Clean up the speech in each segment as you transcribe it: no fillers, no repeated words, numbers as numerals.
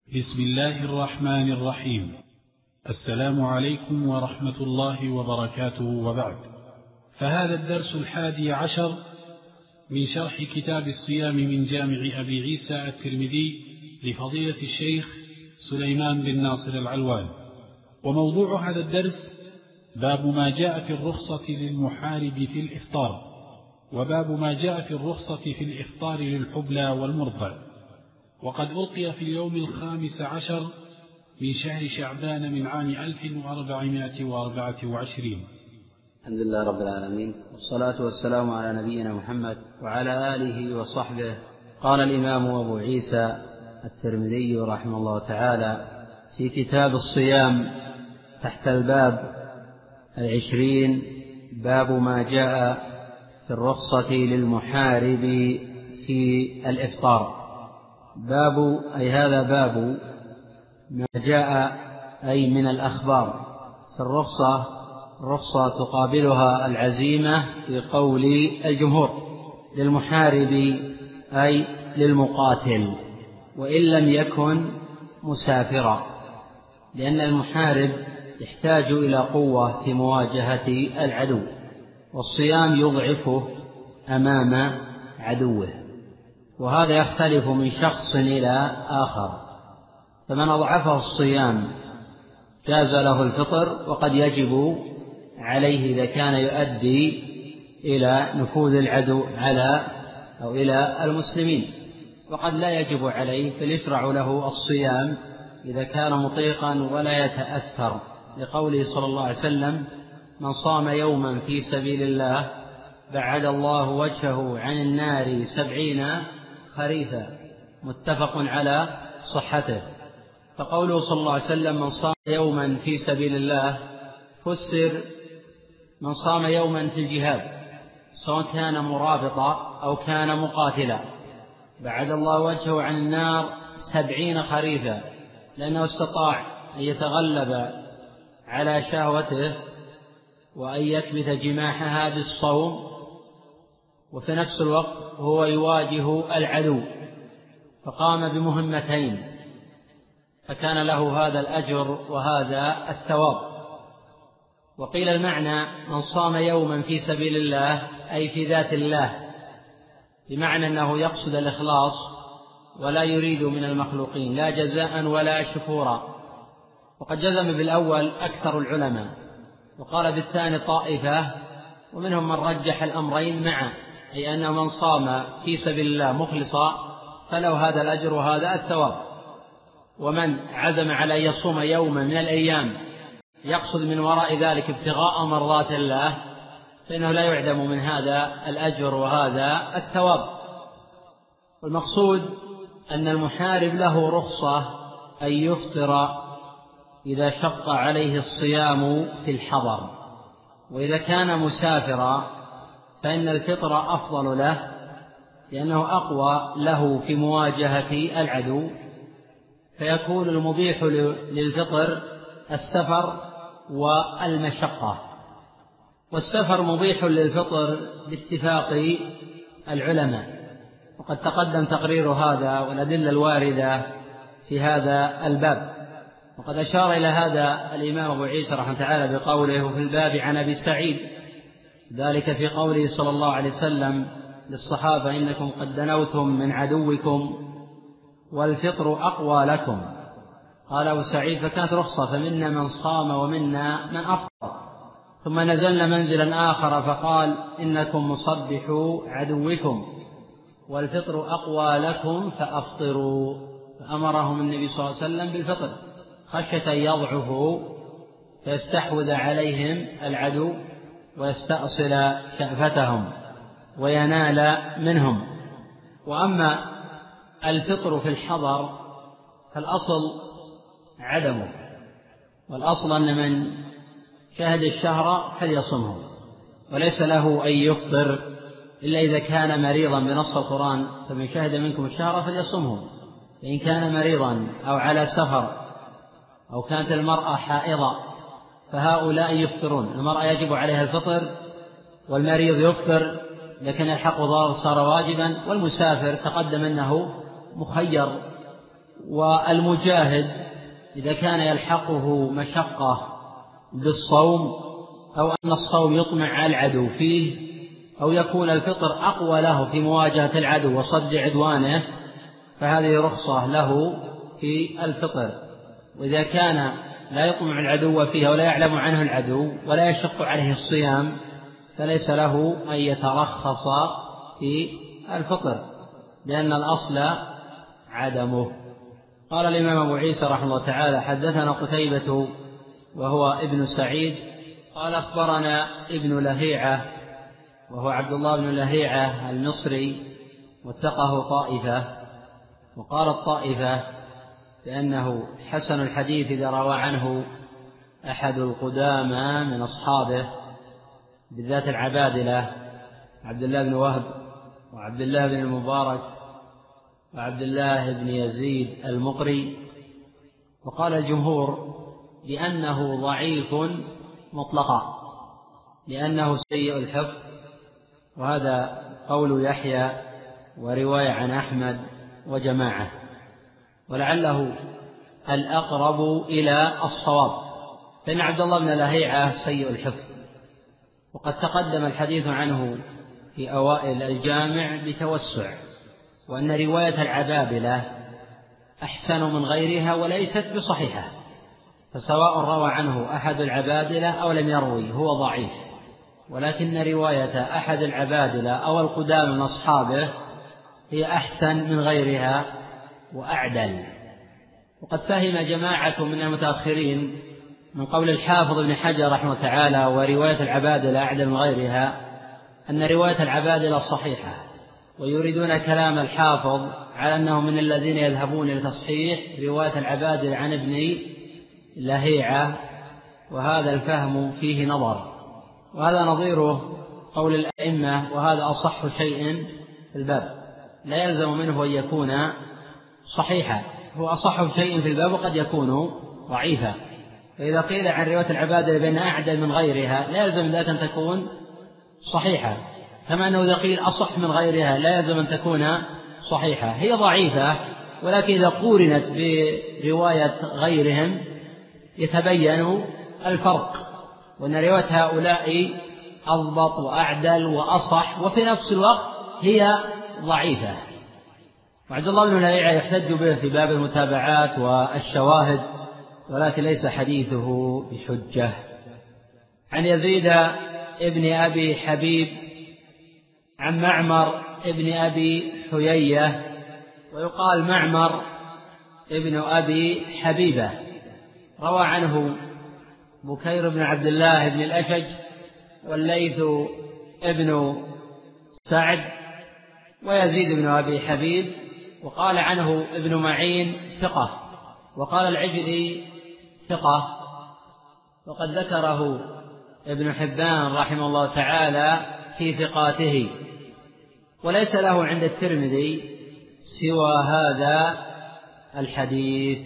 بسم الله الرحمن الرحيم. السلام عليكم ورحمة الله وبركاته، وبعد، فهذا الدرس 11 من شرح كتاب الصيام من جامع أبي عيسى الترمذي لفضيلة الشيخ سليمان بن ناصر العلوان. وموضوع هذا الدرس باب ما جاء في الرخصة للمحارب في الإفطار، وباب ما جاء في الرخصة في الإفطار للحبلى والمرضع. وقد ألقي في اليوم 15 من شهر شعبان من عام 1424. الحمد لله رب العالمين، والصلاة والسلام على نبينا محمد وعلى آله وصحبه. قال الإمام أبو عيسى الترمذي رحمه الله تعالى في كتاب الصيام تحت الباب 20 باب ما جاء في الرخصة للمحارب في الإفطار. باب أي هذا باب ما جاء أي من الأخبار في الرخصة. الرخصة تقابلها العزيمة في قول الجمهور للمحارب أي للمقاتل، وإن لم يكن مسافرا، لأن المحارب يحتاج إلى قوة في مواجهة العدو، والصيام يضعفه أمام عدوه، وهذا يختلف من شخص إلى آخر. فمن أضعفه الصيام جاز له الفطر، وقد يجب عليه إذا كان يؤدي إلى نفوذ العدو إلى المسلمين، وقد لا يجب عليه، فليشرع له الصيام إذا كان مطيقا ولا يتأثر، لقوله صلى الله عليه وسلم: من صام يوما في سبيل الله بعد الله وجهه عن النار 70 خريفا، متفق على صحته. فقوله صلى الله عليه وسلم من صام يوما في سبيل الله فسر من صام يوما في الجهاد، سواء كان مرابطا أو كان مقاتلا، بعد الله وجهه عن النار 70 خريفا، لأنه استطاع أن يتغلب على شهوته وأن يكبت جماحها بالصوم، وفي نفس الوقت هو يواجه العدو، فقام بمهمتين، فكان له هذا الأجر وهذا الثواب. وقيل المعنى من صام يوما في سبيل الله أي في ذات الله، بمعنى أنه يقصد الإخلاص ولا يريد من المخلوقين لا جزاء ولا شكورا. وقد جزم بالأول أكثر العلماء، وقال بالثاني طائفة، ومنهم من رجح الأمرين معا، أي أن من صام في سبيل الله مخلصا فله هذا الأجر وهذا الثواب، ومن عزم على أن يصوم يوما من الأيام يقصد من وراء ذلك ابتغاء مرضات الله فإنه لا يعدم من هذا الأجر وهذا الثواب. والمقصود أن المحارب له رخصة أن يفطر إذا شق عليه الصيام في الحضر، وإذا كان مسافرا فإن الفطر أفضل له، لأنه أقوى له في مواجهة العدو، فيكون المبيح للفطر السفر والمشقة. والسفر مبيح للفطر باتفاق العلماء، وقد تقدم تقرير هذا والأدلة الواردة في هذا الباب. وقد أشار إلى هذا الإمام أبو عيسى رحمه الله تعالى بقوله في الباب عن أبي سعيد، ذلك في قوله صلى الله عليه وسلم للصحابة: إنكم قد دنوتم من عدوكم والفطر أقوى لكم. قال أبو سعيد: فكانت رخصة، فمنا من صام ومنا من أفطر. ثم نزلنا منزلا آخر فقال: إنكم مصبحوا عدوكم والفطر أقوى لكم فأفطروا، فأمرهم النبي صلى الله عليه وسلم بالفطر خشية أن يضعفوا فيستحوذ عليهم العدو ويستأصل شأفتهم وينال منهم. وأما الفطر في الحضر فالأصل عدمه، والأصل أن من شهد الشهر فليصمه، وليس له أن يفطر إلا إذا كان مريضا بنص القرآن: فمن شهد منكم الشهر فليصمه. فإن كان مريضا أو على سفر أو كانت المرأة حائضة فهؤلاء يفطرون. المرأة يجب عليها الفطر، والمريض يفطر، لكن الحق ضار صار واجبا، والمسافر تقدم أنه مخير والمجاهد إذا كان يلحقه مشقة بالصوم أو أن الصوم يطمع على العدو فيه أو يكون الفطر أقوى له في مواجهة العدو وصد عدوانه فهذه رخصة له في الفطر. وإذا كان لا يطمع العدو فيها ولا يعلم عنه العدو ولا يشق عليه الصيام فليس له أن يترخص في الفطر لأن الأصل عدمه. قال الإمام أبو عيسى رحمه الله تعالى: حدثنا قتيبة وهو ابن سعيد قال أخبرنا ابن لهيعة وهو عبد الله بن لهيعة المصري وثقه طائفة، وقال الطائفة بأنه حسن الحديث إذا روى عنه أحد القدامى من أصحابه بالذات العبادلة عبد الله بن وهب وعبد الله بن المبارك وعبد الله بن يزيد المقري. وقال الجمهور بأنه ضعيف مطلقا لأنه سيء الحفظ، وهذا قول يحيى ورواية عن أحمد وجماعة، ولعله الأقرب إلى الصواب، فإن عبد الله بن لهيعة سيء الحفظ، وقد تقدم الحديث عنه في أوائل الجامع بتوسع، وأن رواية العبابلة أحسن من غيرها وليست بصحيحة، فسواء روى عنه أحد العبادلة أو لم يروي هو ضعيف، ولكن رواية أحد العبادلة أو القدامى من أصحابه هي أحسن من غيرها وأعدل. وقد فهم جماعة من المتأخرين من قول الحافظ ابن حجر رحمه الله تعالى ورواية العبادلة أعدل من غيرها أن رواية العبادلة صحيحة، ويريدون كلام الحافظ على أنه من الذين يذهبون لتصحيح رواية العبادلة عن ابن لهيعة، وهذا الفهم فيه نظر، وهذا نظيره قول الأئمة وهذا أصح شيء في الباب، لا يلزم منه أن يكون صحيحا، هو أصح شيء في الباب وقد يكون ضعيفا. فإذا قيل عن رواية العبادلة بأن أعدل من غيرها لا يلزم ذلك أن تكون صحيحة، كما أنه إذا قيل أصح من غيرها لا يلزم أن تكون صحيحة. هي ضعيفة، ولكن إذا قورنت برواية غيرهم يتبين الفرق، وأن رواية هؤلاء أضبط وأعدل وأصح وفي نفس الوقت هي ضعيفة. وعبد الله بن لهيعة يحتج به في باب المتابعات والشواهد، ولكن ليس حديثه بحجة. عن يزيد ابن أبي حبيب عن معمر ابن أبي حيية، ويقال معمر ابن أبي حبيبة، روى عنه بكير بن عبد الله بن الأشج والليث ابن سعد ويزيد بن أبي حبيب، وقال عنه ابن معين ثقة، وقال العجلي ثقة، وقد ذكره ابن حبان رحمه الله تعالى في ثقاته، وليس له عند الترمذي سوى هذا الحديث.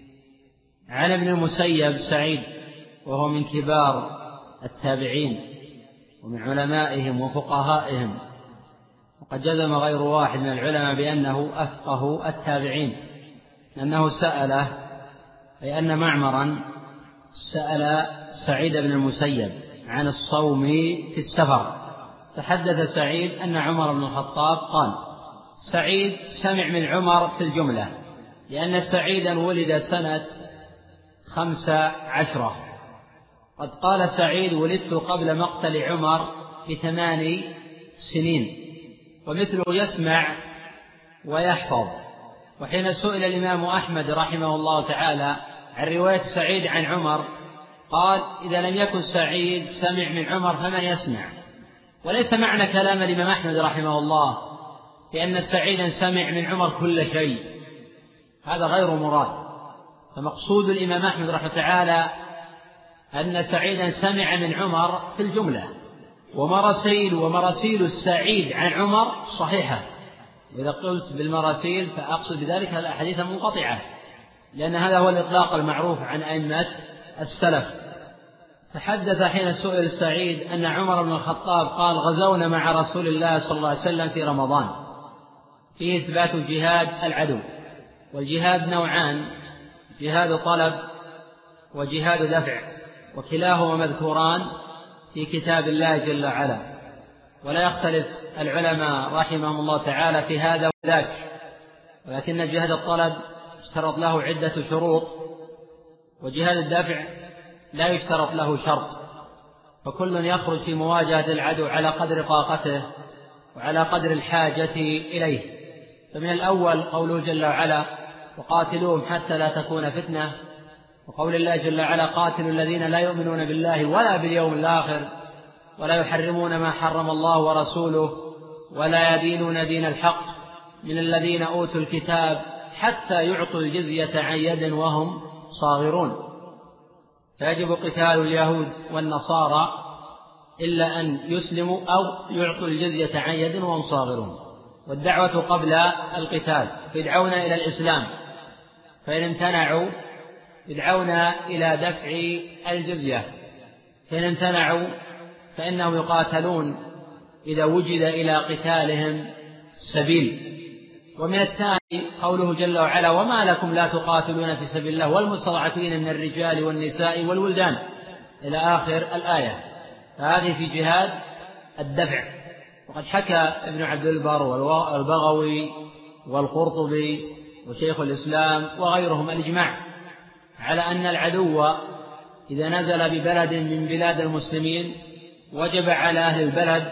عن ابن المسيب سعيد وهو من كبار التابعين ومن علمائهم وفقهائهم، وقد جزم غير واحد من العلماء بأنه أفقه التابعين، لأنه سأله، أي أن معمرا سأل سعيد بن المسيب عن الصوم في السفر، فحدث سعيد أن عمر بن الخطاب قال. سعيد سمع من عمر في الجملة، لأن سعيدا ولد سنة 15. قد قال سعيد: ولدت قبل مقتل عمر ب8 سنين، ومثله يسمع ويحفظ. وحين سئل الإمام أحمد رحمه الله تعالى عن رواية سعيد عن عمر قال: إذا لم يكن سعيد سمع من عمر فمن يسمع؟ وليس معنى كلام الإمام أحمد رحمه الله بأن سعيدا سمع من عمر كل شيء، هذا غير مراد. فمقصود الإمام أحمد رحمه الله تعالى أن سعيدا سمع من عمر في الجملة، ومراسيل السعيد عن عمر صحيحة. وإذا قلت بالمراسيل فأقصد بذلك الأحاديث المنقطعة، لأن هذا هو الإطلاق المعروف عن أئمة السلف. فحدث حين سئل سعيد أن عمر بن الخطاب قال: غزونا مع رسول الله صلى الله عليه وسلم في رمضان، فيه إثبات جهاد العدو، والجهاد نوعان: جهاد طلب وجهاد دفع، وكلاهما مذكوران في كتاب الله جل وعلا، ولا يختلف العلماء رحمهم الله تعالى في هذا وذاك، ولكن جهاد الطلب اشترط له عدة شروط، وجهاد الدفع لا يشترط له شرط، فكل يخرج في مواجهة العدو على قدر طاقته وعلى قدر الحاجة إليه. فمن الأول قوله جل وعلا: وقاتلوهم حتى لا تكون فتنة، وقول الله جل وعلا: قاتلوا الذين لا يؤمنون بالله ولا باليوم الآخر ولا يحرمون ما حرم الله ورسوله ولا يدينون دين الحق من الذين أوتوا الكتاب حتى يعطوا الجزية عن يد وهم صاغرون. فيجب قتال اليهود والنصارى إلا أن يسلموا أو يعطوا الجزية عن يد وهم صاغرون. والدعوة قبل القتال، يدعون إلى الإسلام، فإن امتنعوا يدعون إلى دفع الجزية، فإن امتنعوا فإنهم يقاتلون إذا وجد إلى قتالهم سبيل. ومن الثاني قوله جل وعلا: وما لكم لا تقاتلون في سبيل الله والمستضعفين من الرجال والنساء والولدان، إلى آخر الآية. فهذه في جهاد الدفع. وقد حكى ابن عبد البر والبغوي والقرطبي وشيخ الإسلام وغيرهم الإجماع على أن العدو إذا نزل ببلد من بلاد المسلمين وجب على أهل البلد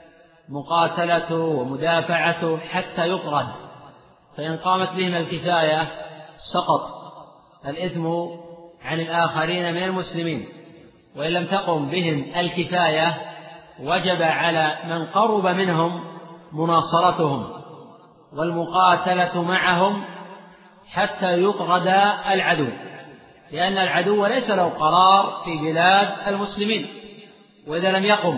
مقاتلته ومدافعته حتى يطرد، فإن قامت بهم الكفاية سقط الإثم عن الآخرين من المسلمين، وإن لم تقم بهم الكفاية وجب على من قرب منهم مناصرتهم والمقاتلة معهم حتى يطرد العدو، لأن العدو ليس له قرار في بلاد المسلمين، وإذا لم يقم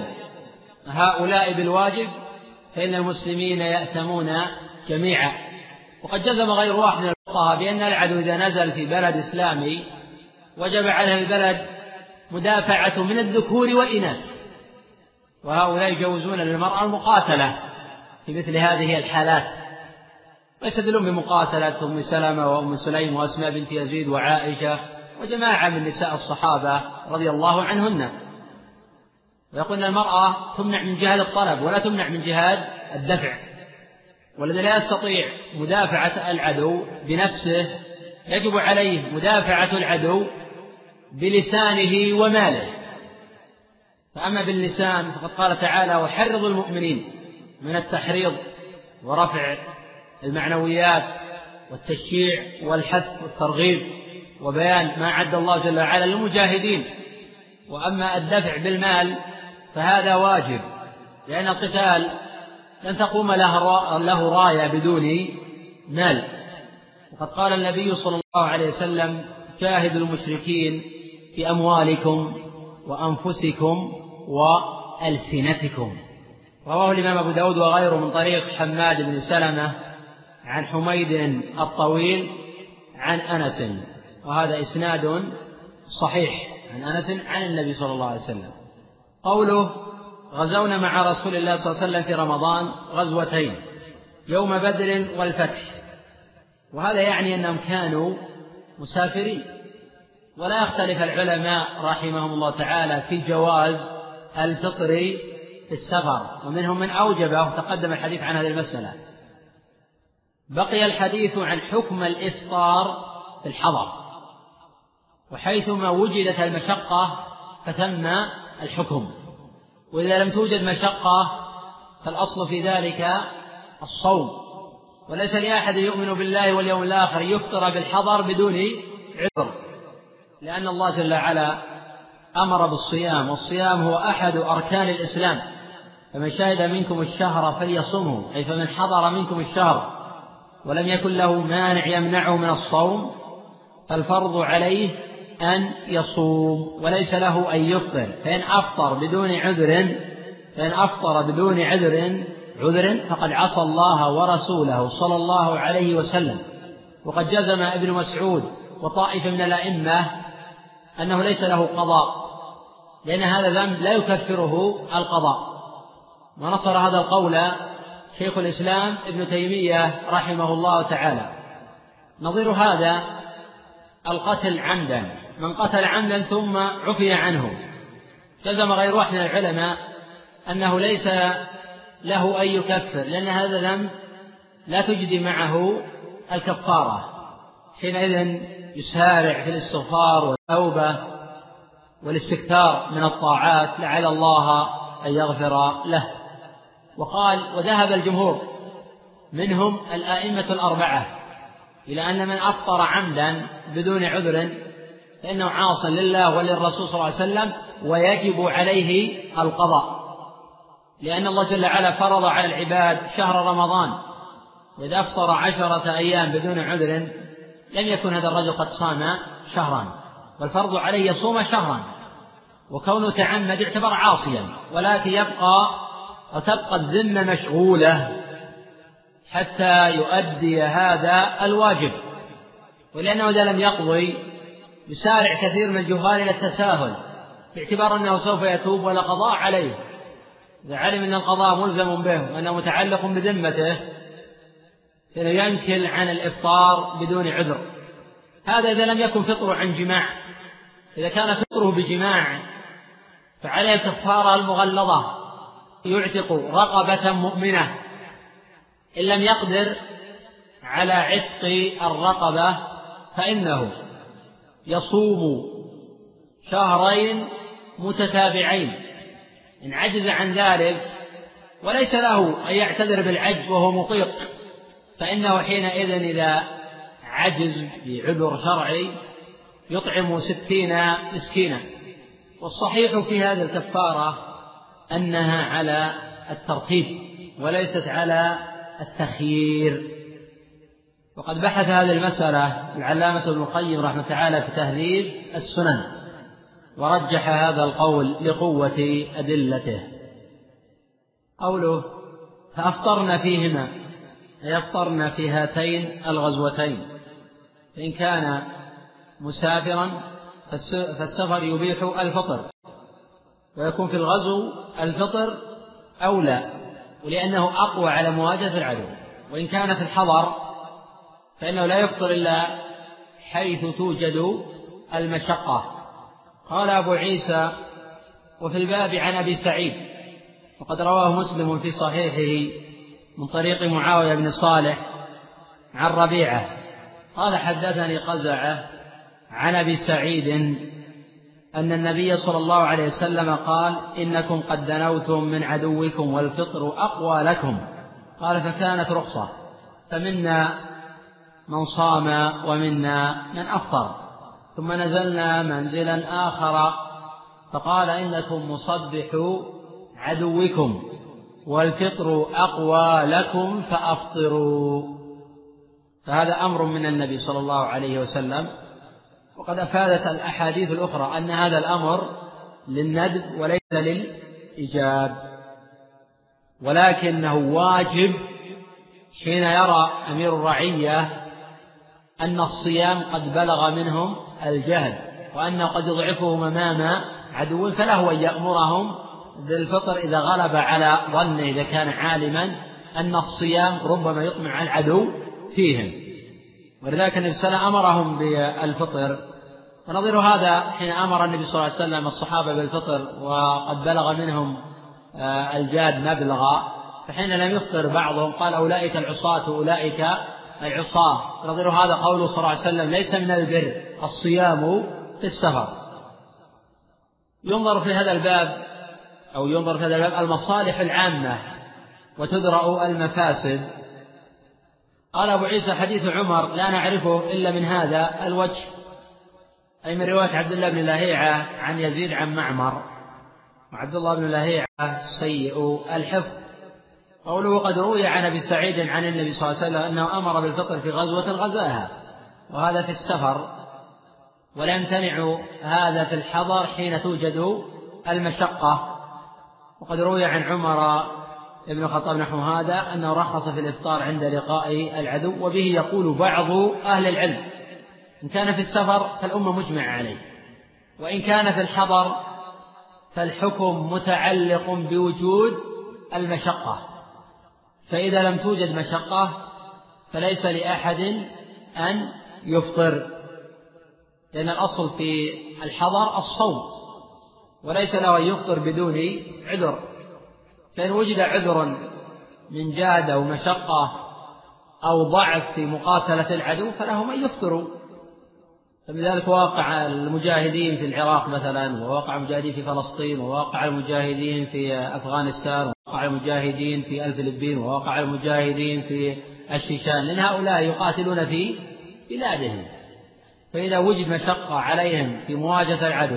هؤلاء بالواجب فإن المسلمين يأثمون جميعا. وقد جزم غير واحد من الفقهاء بأن العدو إذا نزل في بلد إسلامي وجب على البلد مدافعة من الذكور والإناث، وهؤلاء يجوزون للمرأة المقاتلة في مثل هذه الحالات، ويستدلون بمقاتلة أم سلمة وأم سليم وأسماء بنت يزيد وعائشة وجماعة من نساء الصحابة رضي الله عنهن. ويقول المرأة تمنع من جهاد الطلب ولا تمنع من جهاد الدفع، والذي لا يستطيع مدافعة العدو بنفسه يجب عليه مدافعة العدو بلسانه وماله. فأما باللسان فقد قال تعالى: وحرض المؤمنين، من التحريض ورفع المعنويات والتشجيع والحث والترغيب وبيان ما أعد الله جل وعلا للمجاهدين. وأما الدفع بالمال فهذا واجب، لأن القتال لن تقوم له راية بدون مال. وقد قال النبي صلى الله عليه وسلم: جاهدوا المشركين بأموالكم وأنفسكم وألسنتكم. رواه الإمام أبو داود وغيره من طريق حماد بن سلمة عن حميد الطويل عن أنس، وهذا إسناد صحيح عن أنس عن النبي صلى الله عليه وسلم. قوله: غزونا مع رسول الله صلى الله عليه وسلم في رمضان غزوتين، يوم بدر والفتح، وهذا يعني أنهم كانوا مسافرين. ولا يختلف العلماء رحمهم الله تعالى في جواز الفطر في السفر، ومنهم من أوجبه، تقدم الحديث عن هذه المسألة. بقي الحديث عن حكم الإفطار في الحضر، وحيثما وجدت المشقة فتم الحكم، وإذا لم توجد مشقة فالأصل في ذلك الصوم. وليس لأحد يؤمن بالله واليوم الآخر يفطر بالحضر بدون عذر، لأن الله جل وعلا أمر بالصيام، والصيام هو أحد أركان الإسلام. فمن شهد منكم الشهر فليصمه، أي فمن حضر منكم الشهر ولم يكن له مانع يمنعه من الصوم فالفرض عليه أن يصوم، وليس له أن يفطر. فإن أفطر بدون عذر فقد عصى الله ورسوله صلى الله عليه وسلم. وقد جزم ابن مسعود وطائفة من الأئمة أنه ليس له قضاء، لأن هذا ذنب لا يكفره القضاء. ونصر هذا القول شيخ الإسلام ابن تيمية رحمه الله تعالى، نظير هذا القتل عمدا، من قتل عمدا ثم عفي عنه، جزم غير واحد من العلماء أنه ليس له أن يكفر، لأن هذا ذنب لا تجدي معه الكفارة، حينئذ يسارع في الاستغفار والتوبة والاستكثار من الطاعات لعل الله أن يغفر له. وقال وذهب الجمهور منهم الآئمة الأربعة إلى أن من أفطر عمدا بدون عذر فإنه عاص لله وللرسول صلى الله عليه وسلم ويجب عليه القضاء، لأن الله جل وعلا فرض على العباد شهر رمضان، وإذا أفطر 10 أيام بدون عذر لم يكن هذا الرجل قد صام شهرا، والفرض عليه يصوم شهرا، وكونه تعمد يعتبر عاصيا، ولكن تبقى الذمة مشغولة حتى يؤدي هذا الواجب، ولأنه إذا لم يقضي يسارع كثير من الجهال إلى التساهل باعتبار أنه سوف يتوب ولا قضاء عليه، إذا علم أن القضاء ملزم به وأنه متعلق بذمته فإنه ينكل عن الإفطار بدون عذر. هذا إذا لم يكن فطره عن جماع، إذا كان فطره بجماع فعليه الكفارة المغلظة، يعتق رقبة مؤمنة، إن لم يقدر على عتق الرقبة فإنه يصوم شهرين متتابعين، إن عجز عن ذلك وليس له أن يعتذر بالعجز وهو مطيق فإنه حينئذ إذا عجز بعذر شرعي يطعم 60 مسكينا. والصحيح في هذه الكفارة أنها على الترتيب وليست على التخيير، وقد بحث هذه المسألة العلامة ابن القيم رحمه تعالى في تهذيب السنن، ورجح هذا القول لقوة أدلته. قوله فأفطرنا فيهما، يفطرن في هاتين الغزوتين، فإن كان مسافرا فالسفر يبيح الفطر، ويكون في الغزو الفطر أولى ولأنه أقوى على مواجهة العدو، وإن كان في الحضر فإنه لا يفطر إلا حيث توجد المشقة. قال أبو عيسى وفي الباب عن أبي سعيد، وقد رواه مسلم في صحيحه من طريق معاوية بن صالح عن ربيعة قال حدثني قزعة عن أبي سعيد أن النبي صلى الله عليه وسلم قال إنكم قد دنوتم من عدوكم والفطر أقوى لكم. قال فكانت رخصة، فمنا من صام ومنا من أفطر، ثم نزلنا منزلا آخر فقال إنكم مصبحوا عدوكم والفطر أقوى لكم فأفطروا. فهذا أمر من النبي صلى الله عليه وسلم، وقد أفادت الأحاديث الأخرى أن هذا الأمر للندب وليس للإيجاب، ولكنه واجب حين يرى أمير الرعية أن الصيام قد بلغ منهم الجهل وأنه قد يضعفهم أمام عدو، فله أن يأمرهم بالفطر إذا غلب على ظنه، إذا كان عالما أن الصيام ربما يطمع العدو فيهم، ولذلك النبي صلى الله عليه وسلم أمرهم بالفطر. ونظير هذا حين أمر النبي صلى الله عليه وسلم الصحابة بالفطر وقد بلغ منهم الجاد مبلغا، فحين لم يفطر بعضهم قال أولئك العصاة أولئك العصاة. نظير هذا قوله صلى الله عليه وسلم ليس من البر الصيام في السفر. ينظر في هذا الباب المصالح العامة وتدرأ المفاسد. قال أبو عيسى حديث عمر لا نعرفه إلا من هذا الوجه، أي من رواية عبد الله بن لهيعة عن يزيد عن معمر، وعبد الله بن لهيعة سيء الحفظ. قوله قد روي عن أبي سعيد عن النبي صلى الله عليه وسلم أنه أمر بالفطر في غزوة غزاها، وهذا في السفر، ولا يمتنع هذا في الحضر حين توجد المشقة. وقد روي عن عمر ابن الخطاب نحو هذا أنه رخص في الإفطار عند لقاء العدو، وبه يقول بعض أهل العلم إن كان في السفر فالأمة مجمع عليه، وإن كان في الحضر فالحكم متعلق بوجود المشقة، فإذا لم توجد مشقة فليس لأحد أن يفطر، لأن الأصل في الحضر الصوم، وليس له أن يفطر بدون عذر. فإن وجد عذر من جهد أو مشقة أو ضعف في مقاتلة العدو فلهم أن يفطروا. فلذلك واقع المجاهدين في العراق مثلا، وواقع المجاهدين في فلسطين، وواقع المجاهدين في أفغانستان، وواقع المجاهدين في الفلبين، وواقع المجاهدين في الشيشان، لأن هؤلاء يقاتلون في بلادهم. فإذا وجد مشقة عليهم في مواجهة العدو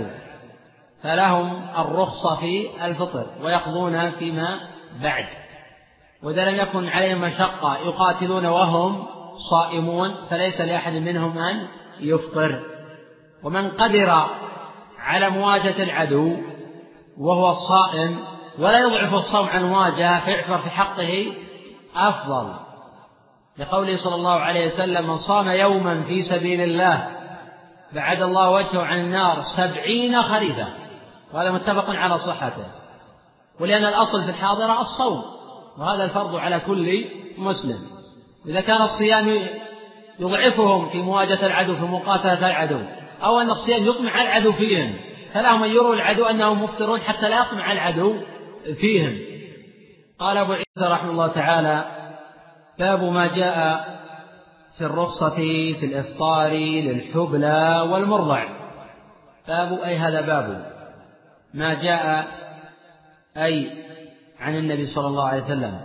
فلهم الرخصة في الفطر ويقضون فيما بعد. وإذا لم يكن عليهم مشقة يقاتلون وهم صائمون فليس لأحد منهم أن يفطر. ومن قدر على مواجهة العدو وهو صائم ولا يضعف الصوم عن المواجهة فيعفر في حقه أفضل، لقوله صلى الله عليه وسلم: من صام يوما في سبيل الله بعد الله وجهه عن النار 70 خريفا، وهذا متفق على صحته. ولأن الأصل في الحاضرة الصوم، وهذا الفرض على كل مسلم. إذا كان الصيام يضعفهم في مواجهة العدو في مقاتلة العدو، أو أن الصيام يطمع العدو فيهم، فلهم أن يروا العدو أنهم مفطرون حتى لا يطمع العدو فيهم. قال أبو عيسى رحمه الله تعالى: باب ما جاء في الرخصة في الإفطار للحبلى والمرضع. باب أي هذا باب ما جاء أي عن النبي صلى الله عليه وسلم.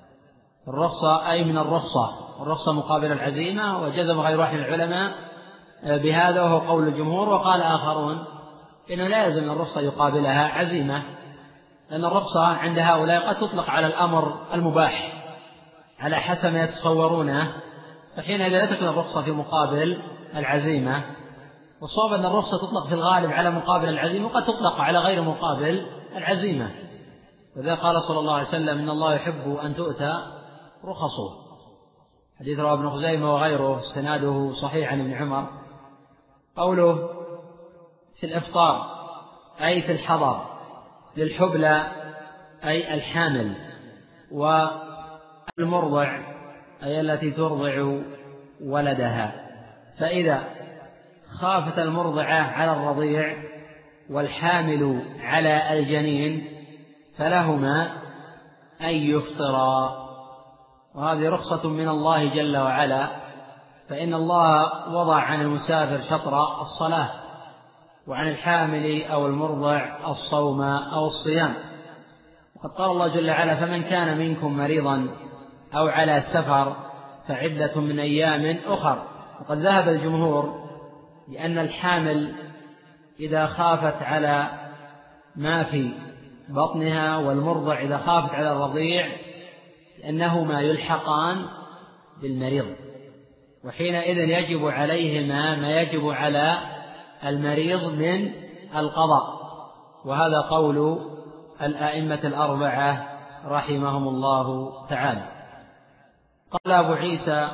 الرخصة أي من الرخصة مقابل العزيمة، وجزم غير واحد من العلماء بهذا وهو قول الجمهور. وقال آخرون إنه لا يلزم الرخصة يقابلها عزيمة، لأن الرخصة عند هؤلاء قد تطلق على الأمر المباح على حسب ما يتصورونه، فحينئذ لا تكون الرخصة في مقابل العزيمة. والصواب أن الرخصة تطلق في الغالب على مقابل العزيمة، وقد تطلق على غير مقابل العزيمة. وذا قال صلى الله عليه وسلم: إن الله يحب أن تؤتى رخصه. حديث رواه ابن خزيمة وغيره استناده صحيح عن ابن عمر. قوله في الإفطار أي في الحضر، للحبلى أي الحامل، والمرضع أي التي ترضع ولدها. فإذا خافت المرضعة على الرضيع والحامل على الجنين فلهما أن يفطرا. وهذه رخصة من الله جل وعلا، فإن الله وضع عن المسافر شطر الصلاة، وعن الحامل أو المرضع الصوم أو الصيام. وقد قال الله جل وعلا: فمن كان منكم مريضا أو على سفر فعدة من أيام أخر. وقد ذهب الجمهور لأن الحامل إذا خافت على ما في بطنها، والمرضع إذا خافت على الرضيع، لأنهما يلحقان بالمريض، وحينئذ يجب عليهما ما يجب على المريض من القضاء. وهذا قول الأئمة الأربعة رحمهم الله تعالى. قال أبو عيسى: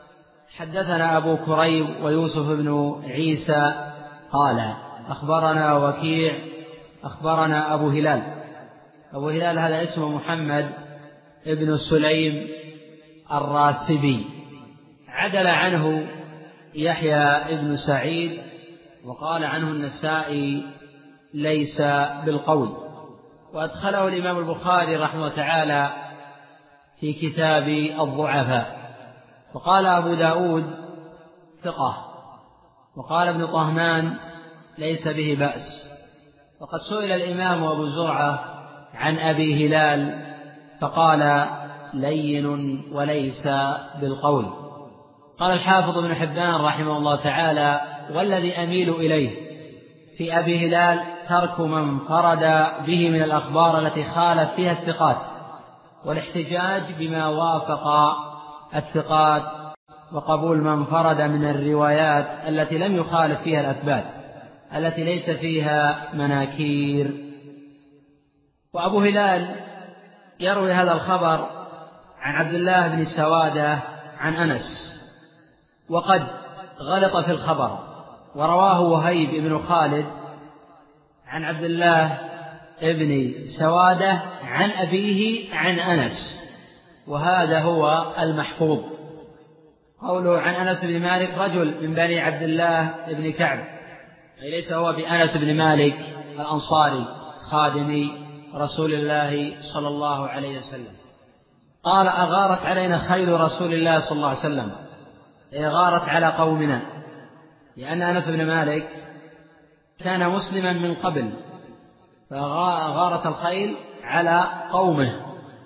حدثنا أبو كريب ويوسف بن عيسى قال أخبرنا وكيع أخبرنا أبو هلال. أبو هلال هذا اسمه محمد ابن سليم الراسبي، عدل عنه يحيى ابن سعيد، وقال عنه النسائي ليس بالقول. وأدخله الإمام البخاري رحمه الله تعالى في كتاب الضعفاء. وقال أبو داود ثقة، وقال ابن طهمان ليس به بأس. وقد سئل الإمام أبو زرعة عن أبي هلال فقال لين وليس بالقول. قال الحافظ ابن حبان رحمه الله تعالى: والذي أميل إليه في أبي هلال ترك من فرد به من الأخبار التي خالف فيها الثقات، والاحتجاج بما وافق الثقات، وقبول من فرد من الروايات التي لم يخالف فيها الأثبات التي ليس فيها مناكير. وأبو هلال يروي هذا الخبر عن عبد الله بن سوادة عن أنس، وقد غلط في الخبر، ورواه وهيب بن خالد عن عبد الله بن سوادة عن أبيه عن أنس، وهذا هو المحفوظ. قوله عن أنس بن مالك رجل من بني عبد الله بن كعب، أي ليس هو بأنس بن مالك الأنصاري خادم رسول الله صلى الله عليه وسلم. قال أغارت علينا خيل رسول الله صلى الله عليه وسلم، أي غارت على قومنا، لأن أنس بن مالك كان مسلما من قبل، فغارت الخيل على قومه،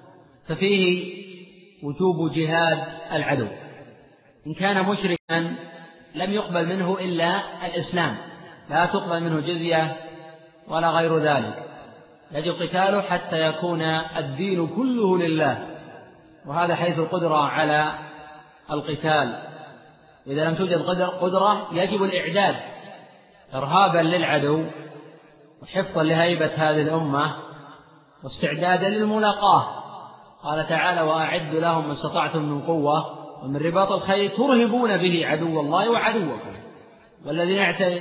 ففيه وجوب جهاد العدو. إن كان مشركا لم يقبل منه إلا الإسلام، لا تقبل منه جزية ولا غير ذلك، يجب قتاله حتى يكون الدين كله لله، وهذا حيث القدرة على القتال. إذا لم توجد قدرة يجب الإعداد إرهابا للعدو وحفظا لهيبة هذه الأمة واستعدادا للملاقاة. قال تعالى وأعدوا لهم ما استطعتم من قوة ومن رباط الخيل ترهبون به عدو الله وعدوكم. والذين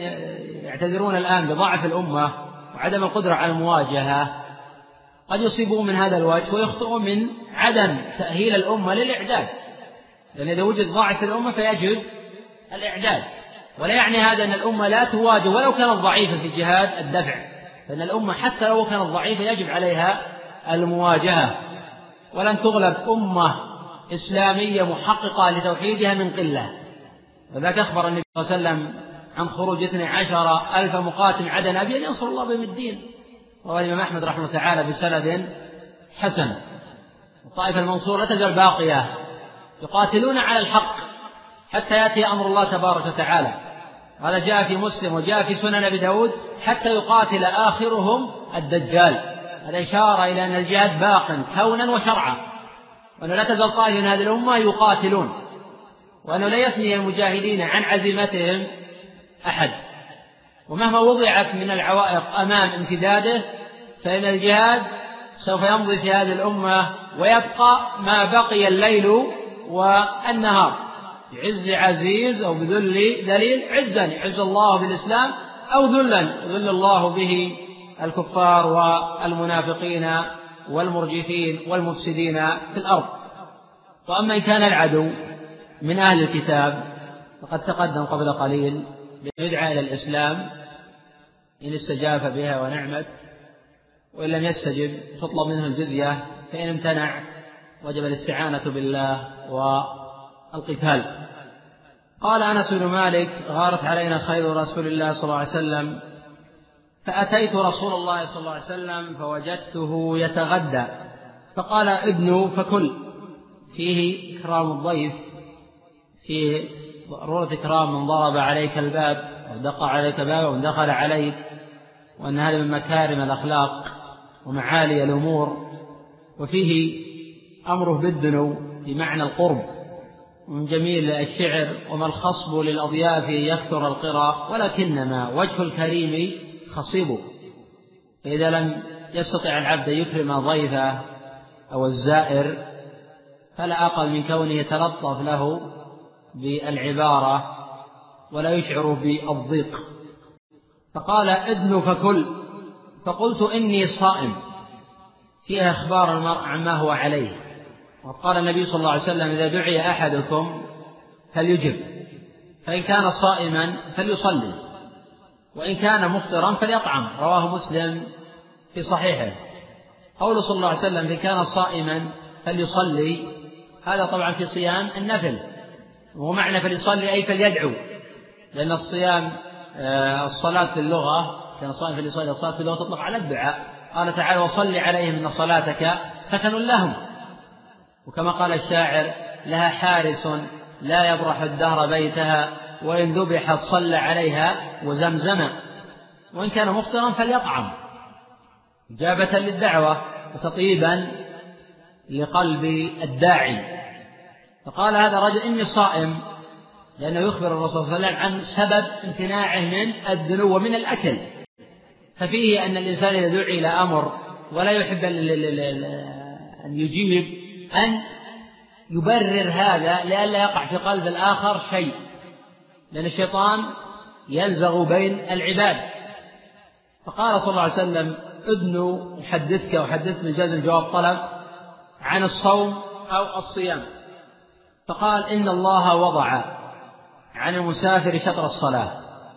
يعتذرون الآن بضعف الأمة وعدم القدرة على المواجهة قد يصيبوا من هذا الوجه ويخطئوا من عدم تأهيل الأمة للإعداد، لأن إذا وجد ضعف في الأمة فيجب الإعداد. ولا يعني هذا أن الأمة لا تواجه ولو كانت ضعيفة في جهاد الدفع، فإن الأمة حتى لو كانت ضعيفة يجب عليها المواجهة، ولن تغلب أمة إسلامية محققة لتوحيدها من قلة. وذاك أخبر النبي صلى الله عليه وسلم عن خروج 12,000 مقاتل عدا نبي ينصر الله بهم الدين، وقال الإمام أحمد رحمه الله تعالى بسند حسن. الطائفة المنصورة لا تزال باقية يقاتلون على الحق حتى يأتي أمر الله تبارك وتعالى. هذا جاء في مسلم وجاء في سنن أبي داود حتى يقاتل آخرهم الدجال. هذا إشارة إلى أن الجهاد باق كونا وشرعا، وأنه لا تزال طائفة من هذه الأمة يقاتلون، وأنه لا يثني المجاهدين عن عزيمتهم أحد. ومهما وضعت من العوائق أمام امتداده فإن الجهاد سوف يمضي في هذه الأمة ويبقى ما بقي الليل والنهار، بعز عزيز أو بذل ذليل. عزا يعز الله بالإسلام، أو ذلا يذل الله به الكفار والمنافقين والمرجفين والمفسدين في الأرض. وأما إن كان العدو من أهل الكتاب فقد تقدم قبل قليل يدعى إلى الإسلام، إن استجاب بها ونعمت، وإن لم يستجب تطلب منه الجزية، فإن امتنع وجب الاستعانة بالله والقتال. قال أنس بن مالك غارت علينا خيل رسول الله صلى الله عليه وسلم، فأتيت رسول الله صلى الله عليه وسلم فوجدته يتغدى، فقال ابن فكل. فيه إكرام الضيف، فيه ضرورة إكرام من ضرب عليك الباب ودق عليك بابه ودخل عليك، وأن هذا من مكارم الأخلاق ومعالي الأمور. وفيه أمره بالدنو بمعنى القرب، ومن جميل الشعر وما الخصب للأضياف يكثر القرى ولكنما وجه الكريم خصيب. فإذا لم يستطع العبد يكرم ضيفه أو الزائر فلا أقل من كونه يتلطف له بالعبارة ولا يشعر بالضيق. فقال ادن فكل، فقلت إني صائم، فيها إخبار المرء عما هو عليه. وقال النبي صلى الله عليه وسلم إذا دعي أحدكم فليجب، فإن كان صائما فليصلي، وإن كان مفطرا فليطعم. رواه مسلم في صحيحه. قول صلى الله عليه وسلم إذا كان صائما فليصلي، هذا طبعا في صيام النفل، ومعنى فليصلي أي فليدعو، لأن الصيام الصلاة في اللغة كان صائم فليصلي، الصلاة في اللغة تطلق على الدعاء. قال تعالى وصل عليهم إن صلاتك سكن لهم. وكما قال الشاعر لها حارس لا يبرح الدهر بيتها، وإن ذبحت صلى عليها وزمزم. وإن كان مفطرا فليطعم، إجابة للدعوة وتطيبا لقلب الداعي. فقال هذا رجل إني صائم، لأنه يخبر الرسول صلى الله عليه وسلم عن سبب امتناعه من الدنو ومن الأكل. ففيه أن الإنسان إذا دعي إلى أمر ولا يحب أن يجيب أن يبرر هذا لئلا يقع في قلب الآخر شيء، لأن الشيطان يلزغ بين العباد. فقال صلى الله عليه وسلم ادنو أحدثك من جاز الجواب طلب عن الصوم أو الصيام. فقال إن الله وضع عن المسافر شطر الصلاة،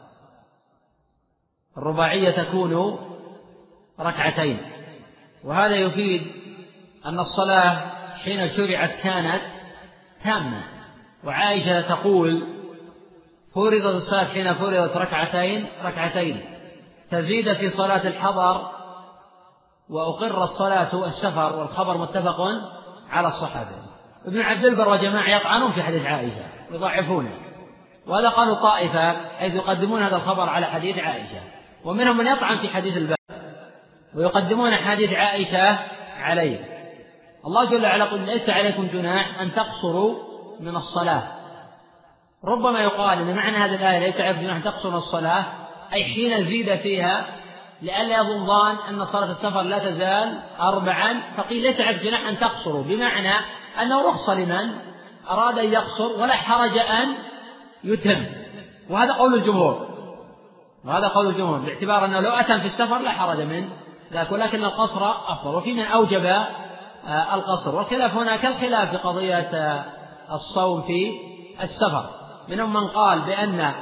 الرباعية تكون ركعتين، وهذا يفيد أن الصلاة حين شرعت كانت تامة. وعائشة تقول فرضت الصلاة حين فرضت ركعتين تزيد في صلاة الحضر، وأقرت صلاة السفر، والخبر متفق على الصحة. ابن عبد البر وجماعة يطعنون في حديث عائشة ويضعفونه، وهذا قالوا طائفة حيث يقدمون هذا الخبر على حديث عائشة، ومنهم من يطعن في حديث الباب ويقدمون حديث عائشة عليه. الله جل وعلا يقول ليس عليكم جناح أن تقصروا من الصلاة. ربما يقال أن معنى هذه الآية ليس عليكم جناح أن تقصروا من الصلاة أي حين زيد فيها، لئلا يظن ظان أن صلاة السفر لا تزال 4، فقيل ليس عليكم جناح أن تقصروا، بمعنى أنه رخصة لمن أراد أن يقصر ولا حرج أن يتم. وهذا قول الجمهور باعتبار أنه لو أتم في السفر لا حرج من ذاك، ولكن القصر أفضل. وفي من أوجب القصر، والخلاف هنا كالخلاف في قضية الصوم في السفر. منهم من قال بأن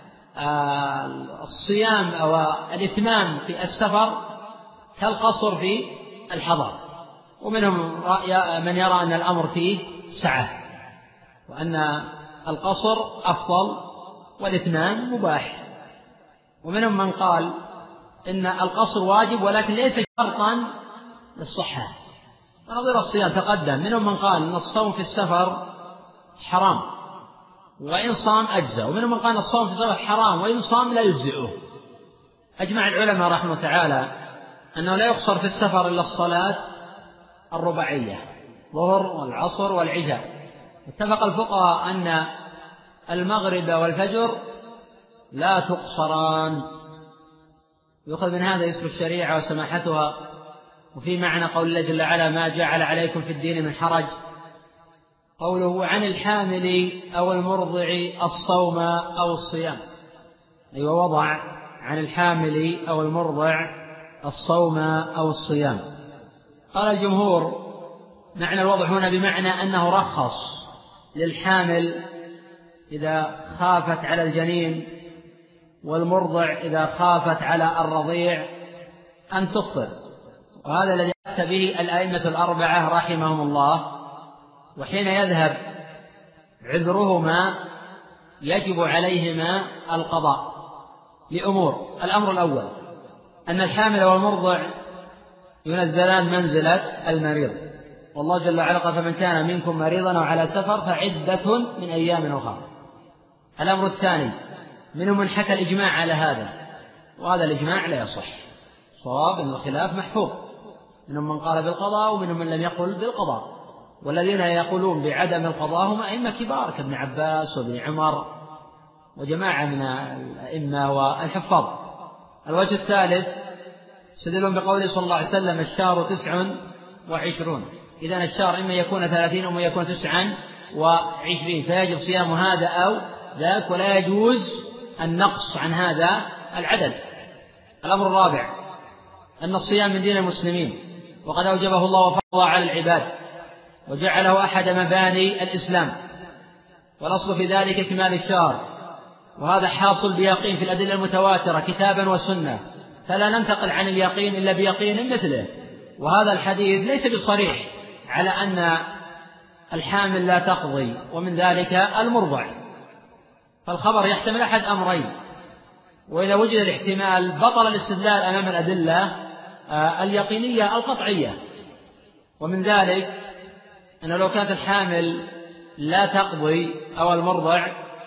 الصيام أو الإتمام في السفر كالقصر في الحضر، ومنهم من يرى أن الأمر فيه سعة، وأن القصر أفضل والإتمام مباح. ومنهم من قال إن القصر واجب ولكن ليس شرطا للصحة، ونظير الصيام تقدم. منهم من قال أن الصوم في السفر حرام وإن صام أجزأ، ومنهم من قال أن الصوم في السفر حرام وإن صام لا يجزئه. أجمع العلماء رحمه تعالى أنه لا يقصر في السفر إلا الصلاة الرباعية، الظهر والعصر والعشاء. اتفق الفقهاء أن المغرب والفجر لا تقصران. يؤخذ من هذا يسر الشريعة وسماحتها، وفي معنى قول الله جل وعلا ما جعل عليكم في الدين من حرج. قوله عن الحامل أو المرضع الصوم أو الصيام، أي ووضع عن الحامل أو المرضع الصوم أو الصيام. قال الجمهور معنى الوضع هنا بمعنى أنه رخص للحامل إذا خافت على الجنين، والمرضع إذا خافت على الرضيع أن تفطر، وهذا الذي أتى به الأئمة الأربعة رحمهم الله. وحين يذهب عذرهما يجب عليهما القضاء لأمور. الأمر الأول أن الحامل والمرضع ينزلان منزلة المريض، والله جل وعلا قال فمن كان منكم مريضا أو على سفر فعدة من أيام أخرى. الأمر الثاني منهم من حكى الإجماع على هذا، وهذا الإجماع لا يصح، صواب أن الخلاف محفوظ. منهم من قال بالقضاء ومنهم من لم يقل بالقضاء، والذين يقولون بعدم القضاء هم أئمة كبار كابن عباس وابن عمر وجماعة من الأئمة والحفاظ. الوجه الثالث استدلون بقوله صلى الله عليه وسلم الشهر 29، إذن الشهر إما يكون 30 أو يكون 29، فيجب صيام هذا أو ذاك، ولا يجوز النقص عن هذا العدد. الأمر الرابع أن الصيام من دين المسلمين، وقد أوجبه الله وفرضه على العباد وجعله أحد مباني الإسلام، والأصل في ذلك كمال الشهر، وهذا حاصل بيقين في الأدلة المتواترة كتابا وسنة، فلا ننتقل عن اليقين إلا بيقين مثله. وهذا الحديث ليس بصريح على أن الحامل لا تقضي، ومن ذلك المرضع، فالخبر يحتمل أحد أمرين، وإذا وجد الاحتمال بطل الاستدلال أمام الأدلة اليقينية القطعية. ومن ذلك أنه لو كانت الحامل لا تقضي أو المرضع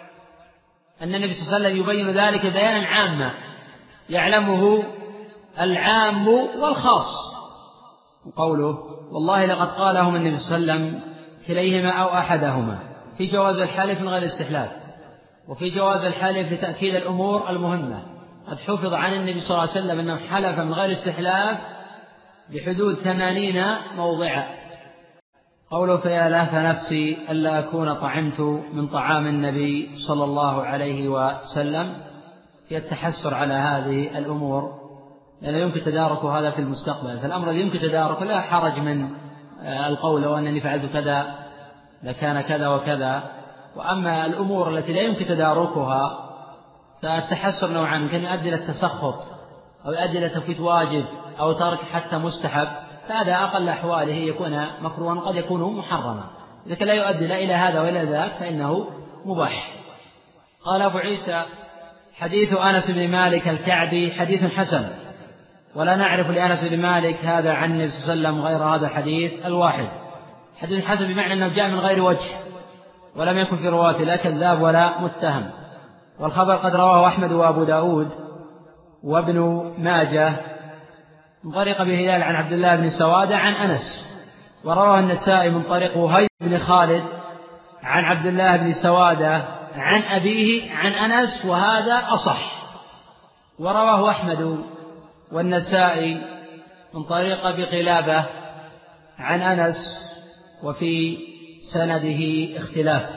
أن النبي صلى الله عليه وسلم يبين ذلك بيانا عاما يعلمه العام والخاص، وقوله والله لقد قالهم النبي صلى الله عليه وسلم كليهما أو أحدهما، في جواز الحلف من غير استحلاف، وفي جواز الحلف لتأكيد الأمور المهمة. قد حفظ عن النبي صلى الله عليه وسلم أنه حلف من غير استحلاف بحدود 80 موضعا. قوله فيا لهف نفسي ألا أكون طعمت من طعام النبي صلى الله عليه وسلم، في التحسر على هذه الأمور، لأنه يمكن تدارك هذا في المستقبل، فالأمر الذي يمكن تدارك لا حرج من القول وأنني فعلت كذا إذا كان كذا وكذا. وأما الأمور التي لا يمكن تداركها فالتحسر نوعا يمكن يؤدي إلى التسخط أو يؤدي إلى تفويت واجب أو ترك حتى مستحب، فهذا أقل أحواله يكون مكروها قد يكون محرما. إذا كان لا يؤدي لا إلى هذا ولا ذاك فإنه مباح. قال أبو عيسى: حديث أنس بن مالك الكعبي حديث حسن، ولا نعرف لأنس بن مالك هذا عن النبي صلى الله عليه وسلم غير هذا الحديث الواحد. حديث حسن بمعنى أنه جاء من غير وجه ولم يكن في رواته لا كذاب ولا متهم. والخبر قد رواه أحمد وأبو داود وابن ماجه من طريق أبي هلال عن عبد الله بن سوادة عن أنس، ورواه النسائي من طريق وهيب بن خالد عن عبد الله بن سوادة عن أبيه عن أنس، وهذا أصح. ورواه أحمد والنسائي من طريق أبي قلابة عن أنس، وفي سنده اختلاف.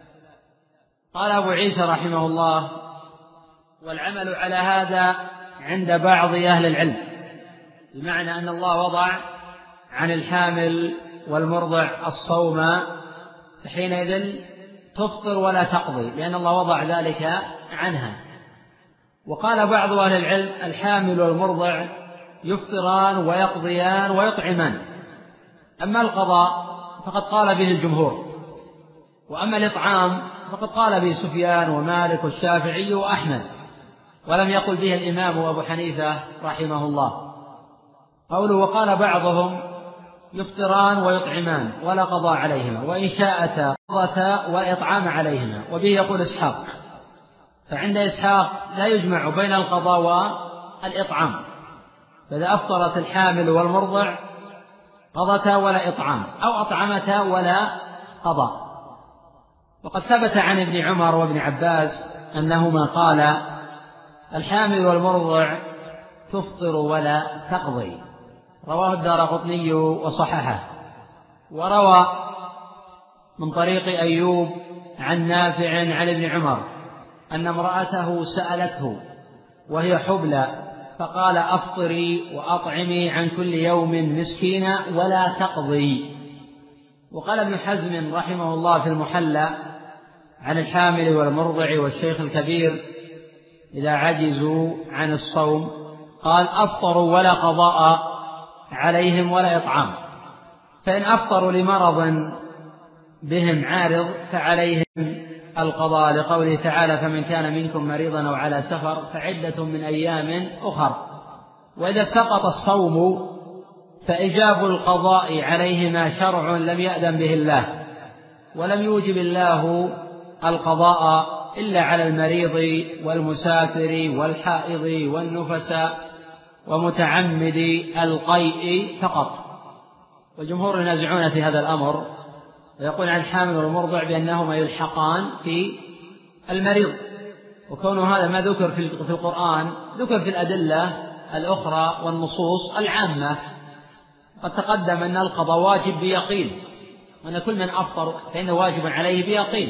قال أبو عيسى رحمه الله: والعمل على هذا عند بعض أهل العلم، بمعنى أن الله وضع عن الحامل والمرضع الصوم، فحينئذ تفطر ولا تقضي، لأن الله وضع ذلك عنها. وقال بعض أهل العلم: الحامل والمرضع يفطران ويقضيان ويطعمان. أما القضاء فقد قال به الجمهور، وأما الإطعام فقد قال به سفيان ومالك والشافعي وأحمد، ولم يقل به الإمام أبو حنيفة رحمه الله. قوله: وقال بعضهم يفطران ويطعمان ولا قضاء عليهما، وإن شاءتا قضتا وإطعام عليهما. وبه يقول إسحاق، فعند إسحاق لا يجمع بين القضاء والإطعام، فإذا أفطرت الحامل والمرضع قضتا ولا إطعام، أو أطعمتا ولا قضاء. وقد ثبت عن ابن عمر وابن عباس أنهما قال: الحامل والمرضع تفطر ولا تقضي. رواه الدارقطني وصححه. وروى من طريق أيوب عن نافع عن ابن عمر أن امرأته سألته وهي حبلى فقال: أفطري وأطعمي عن كل يوم مسكينا ولا تقضي. وقال ابن حزم رحمه الله في المحلى عن الحامل والمرضع والشيخ الكبير إذا عجزوا عن الصوم، قال: أفطروا ولا قضاء عليهم ولا إطعام، فإن أفطروا لمرض بهم عارض فعليهم القضاء، لقوله تعالى: فمن كان منكم مريضا أو على سفر فعدة من أيام أخر. وإذا سقط الصوم فإجاب القضاء عليهما شرع لم يأذن به الله، ولم يوجب الله القضاء إلا على المريض والمسافر والحائض والنفساء ومتعمد القيء فقط. والجمهور ينازعون في هذا الأمر، ويقول عن الحامل والمرضع بأنهما يلحقان في المريض، وكون هذا ما ذكر في القرآن ذكر في الأدلة الأخرى والنصوص العامة. قد تقدم أن القضاء واجب بيقين، وأن كل من أفطر فإنه واجب عليه بيقين،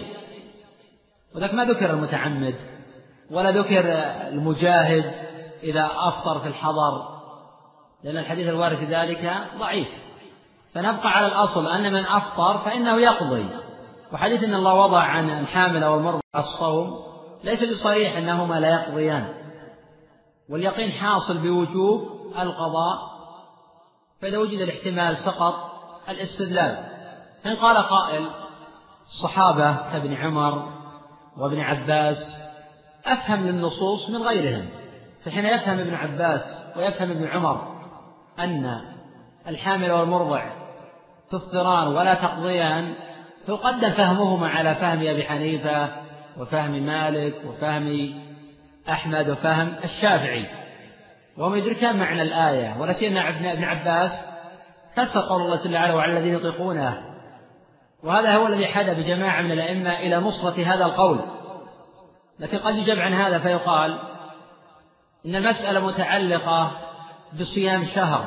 وذلك ما ذكر المتعمد ولا ذكر المجاهد إذا أفطر في الحضر، لأن الحديث الوارد في ذلك ضعيف. فنبقى على الأصل أن من أفطر فإنه يقضي. وحديث أن الله وضع عن الحامل والمرضع الصوم ليس بصريح أنهما لا يقضيان، واليقين حاصل بوجوب القضاء. فإذا وجد الاحتمال سقط الاستدلال. فإن قال قائل: الصحابة كابن عمر وابن عباس أفهم للنصوص من غيرهم، فحين يفهم ابن عباس ويفهم ابن عمر أن الحامل والمرضع تفطران ولا تقضيان، فيقدم فهمهما على فهم أبي حنيفة وفهم مالك وفهم أحمد وفهم الشافعي، وهم يدركان معنى الآية. ولا سيما ابن عباس فسر قول الله تعالى: وعلى الذين يطيقونه. وهذا هو الذي حدا بجماعة من الأئمة إلى نصرة هذا القول. لكن قد يجاب عن هذا فيقال إن المسألة متعلقة بصيام شهر،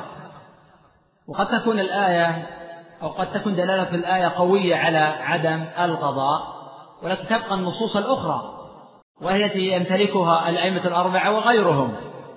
وقد تكون الآية أو قد تكون دلالة الآية قوية على عدم القضاء، ولكن تبقى النصوص الأخرى وهي التي يمتلكها الأئمة الأربعة وغيرهم،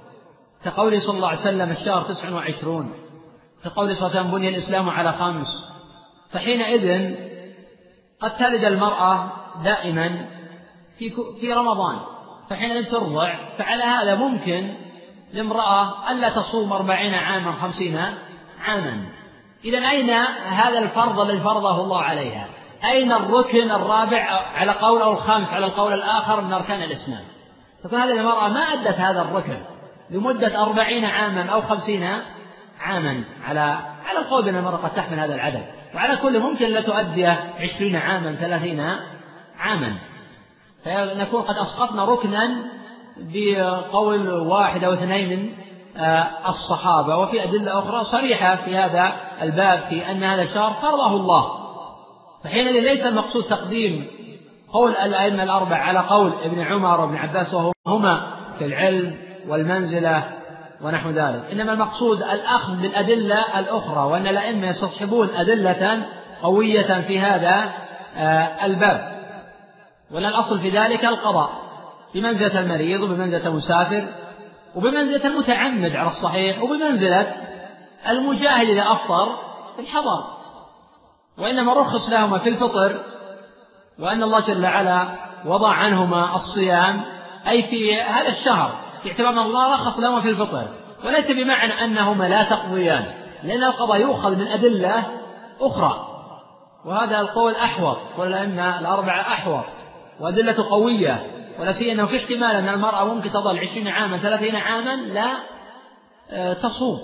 كقوله صلى الله عليه وسلم: الشهر 29، كقوله صلى الله عليه وسلم: بني الإسلام على 5. فحينئذ قد تلد المرأة دائما في رمضان، فحين ترضع، فعلى هذا ممكن لامرأة ألا تصوم 40 عاما 50 عاما. إذن أين هذا الفرض الذي فرضه الله عليها؟ أين الركن الرابع على قول أو الخامس على القول الآخر من أركان الإسلام؟ تكون هذه المرأة ما أدت هذا الركن لمدة 40 عاما أو 50 عاما على القول بأن المرأة قد تحمل هذا العدد، وعلى كل ممكن لا تؤدي 20 عاما 30 عاما، فنكون قد أسقطنا ركنا بقول واحد أو اثنين من الصحابة. وفي أدلة أخرى صريحة في هذا الباب في أن هذا الشهر فرضه الله، فحينئذ ليس المقصود تقديم قول الأئمة الأربع على قول ابن عمر وابن عباس وهما في العلم والمنزلة ونحو ذلك، إنما المقصود الأخذ بالأدلة الأخرى، وأن الأئمة يستصحبون أدلة قوية في هذا الباب، وأن الأصل في ذلك القضاء بمنزلة المريض وبمنزلة المسافر وبمنزلة المتعمد على الصحيح وبمنزلة المجاهد إذا أفطر في الحضر، وإنما رخص لهما في الفطر، وأن الله جل وعلا وضع عنهما الصيام أي في هذا الشهر، في اعتبار أن الله رخص لهما في الفطر، وليس بمعنى أنهما لا تقضيان، لأن القضاء يؤخذ من أدلة أخرى، وهذا القول أحوط، والأئمة الأربعة أحوط وأدلة قوية، ولا سيما أنه في احتمال أن المرأة ممكن تظل 20 عاما 30 عاما لا تصوم.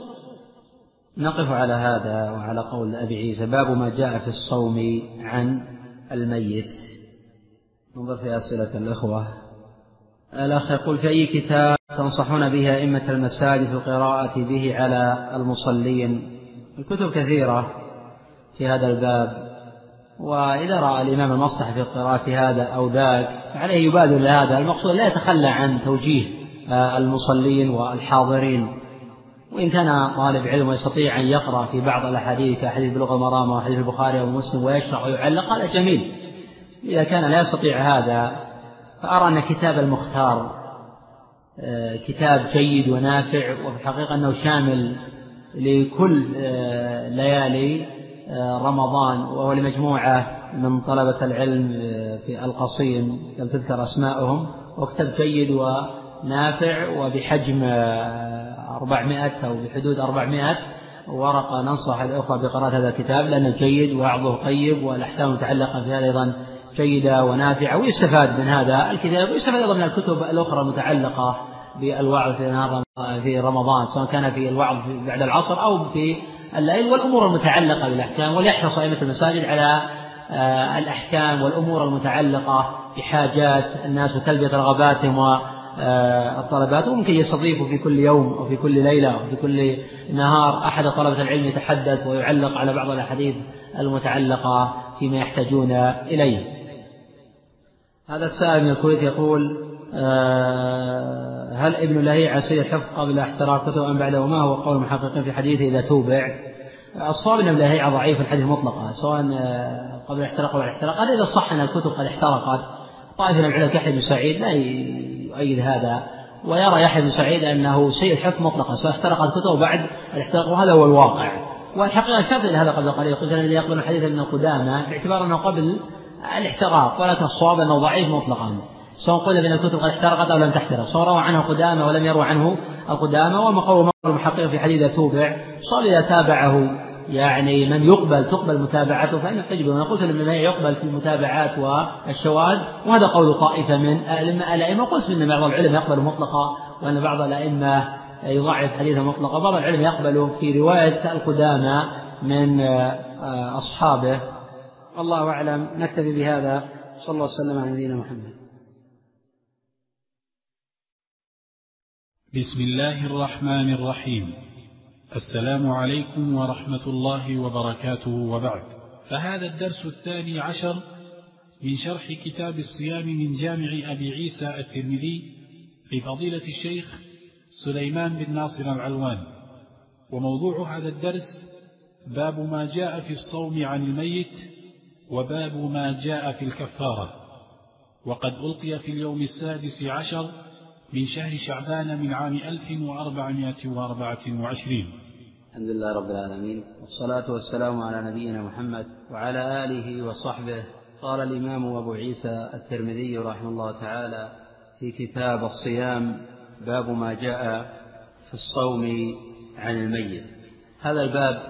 نقف على هذا وعلى قول أبي عيسى. باب ما جاء في الصوم عن الميت. ننظر في أسئلة الإخوة. الأخ يقول: في أي كتاب تنصحون به أئمة المساجد في القراءة به على المصلين؟ الكتب كثيرة في هذا الباب، وإذا رأى الإمام المصلحة في القراءة في هذا أو ذاك فعليه يبادر لهذا. المقصود لا يتخلى عن توجيه المصلين والحاضرين، وإن كان طالب علم ويستطيع أن يقرأ في بعض الأحاديث كأحاديث بلوغ المرام وحديث البخاري ومسلم ويشرح ويعلق هذا جميل. إذا كان لا يستطيع هذا فأرى أن كتاب المختار كتاب جيد ونافع، وفي الحقيقة أنه شامل لكل ليالي رمضان، وهو لمجموعة من طلبة العلم في القصيم لم تذكر أسماءهم، وكتاب جيد ونافع وبحجم 400 أو بحدود 400 ورقة. ننصح الأخوة بقراءة هذا الكتاب لأنه جيد وعرضه طيب، والأحكام المتعلقة في هذا أيضا جيدة ونافعة، ويستفاد من هذا الكتاب، ويستفاد أيضا من الكتب الأخرى المتعلقة بالوعظ في رمضان، سواء كان في الوعظ بعد العصر أو في الليل، والأمور المتعلقة بالأحكام. وليحرص أئمة المساجد على الأحكام والأمور المتعلقة بحاجات الناس وتلبية رغباتهم والطلبات، وممكن يستضيفوا في كل يوم أو في كل ليلة أو في كل نهار أحد طلبة العلم يتحدث ويعلق على بعض الأحاديث المتعلقة فيما يحتاجون إليه. هذا السائل من الكويت يقول: هل ابن لهيعة سيء الحفظ قبل احتراق كتب أم بعده؟ وما هو قول المحققين في حديثه إذا توبع؟ الصواب أن ابن لهيعة ضعيف الحديث مطلقا، سواء قبل الاحتراق أو الاحتراق. هذا إذا صح أن الكتب قد احترقت. طائفة من العلماء يحيى بن سعيد لا يؤيد هذا، ويرى يحيى بن سعيد أنه سيء الحفظ مطلقا سواء احترقت كتب بعد الاحتراق، وهذا هو الواقع. والحقيقة شرط لهذا قبل قليل، قلت الذي يقبل الحديث من القدامى باعتبار أنه قبل الاحتراق، ولكن الصواب أنه ضعيف مطلقا، سواء قيل بأن الكتب قد احترقت أو لم تحترق، سواء روى عنه القدامى ولم يروى عنه القدامى. وما قول المحقق في حديث توبع صار إذا تابعه يعني من تقبل متابعته فإنه تجب. ونقول ابن لهيعة يقبل في المتابعات والشواذ، وهذا قول طائفة من الأئمة. قلت أن بعض العلم يقبل مطلقا، وأن بعض الأئمة يضعف حديثا مطلقا، بعض العلم يقبل في رواية القدامى من أصحابه. الله أعلم. نكتفي بهذا. صلى الله وسلم على نبينا محمد. بسم الله الرحمن الرحيم. السلام عليكم ورحمة الله وبركاته، وبعد، فهذا الدرس 12 من شرح كتاب الصيام من جامع أبي عيسى الترمذي لفضيلة الشيخ سليمان بن ناصر العلوان. وموضوع هذا الدرس باب ما جاء في الصوم عن الميت، وباب ما جاء في الكفارة. وقد ألقي في اليوم 16 من شهر شعبان من عام 1424. الحمد لله رب العالمين، والصلاة والسلام على نبينا محمد وعلى آله وصحبه قال الإمام أبو عيسى الترمذي رحمه الله تعالى في كتاب الصيام: باب ما جاء في الصوم عن الميت. هذا الباب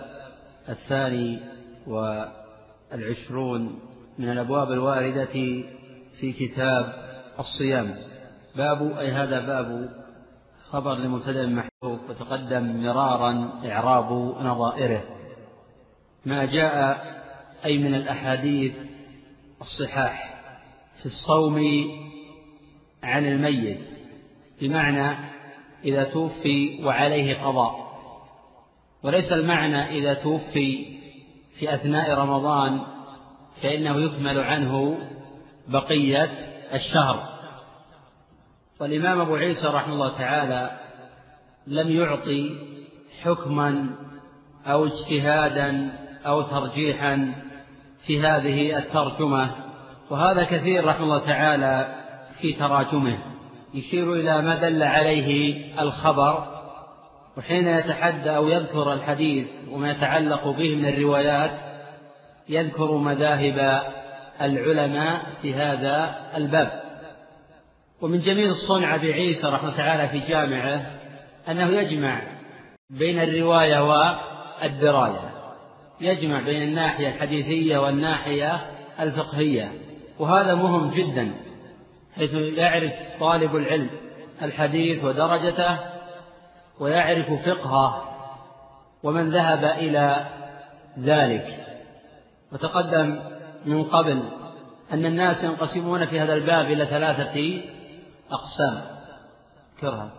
22 من الأبواب الواردة في كتاب الصيام. باب أي هذا باب خبر لمبتدأ محذوف، وتقدم مرارا إعراب نظائره. ما جاء أي من الأحاديث الصحاح في الصوم عن الميت، بمعنى إذا توفي وعليه قضاء، وليس المعنى إذا توفي في أثناء رمضان فإنه يكمل عنه بقية الشهر. والإمام أبو عيسى رحمه الله تعالى لم يعطي حكما أو اجتهادا أو ترجيحا في هذه الترجمة، وهذا كثير رحمه الله تعالى في تراجمه، يشير إلى ما دل عليه الخبر، وحين يتحدى أو يذكر الحديث وما يتعلق به من الروايات يذكر مذاهب العلماء في هذا الباب. ومن جميل الصنع بعيسى رحمه الله تعالى في جامعه أنه يجمع بين الرواية والدراية، يجمع بين الناحية الحديثية والناحية الفقهية، وهذا مهم جدا، حيث يعرف طالب العلم الحديث ودرجته، ويعرف فقهه ومن ذهب إلى ذلك. وتقدم من قبل أن الناس ينقسمون في هذا الباب إلى 3 أقسام كرها.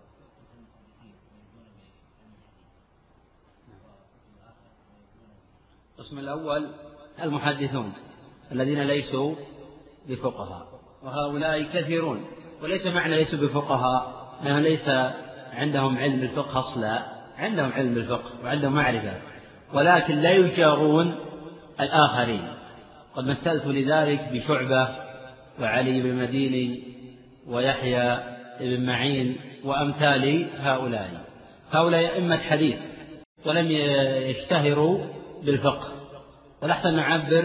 القسم الأول المحدثون الذين ليسوا بفقهاء، وهؤلاء كثيرون، وليس معنى ليسوا بفقهاء أنهم ليس عندهم علم الفقه أصلا، عندهم علم الفقه وعندهم معرفة، ولكن لا يجارون الآخرين. قد مثلت لذلك بشعبة وعلي بن مديني ويحيى بن معين وأمثال هؤلاء أئمة حديث ولم يشتهروا بالفقه، والأحسن نعبر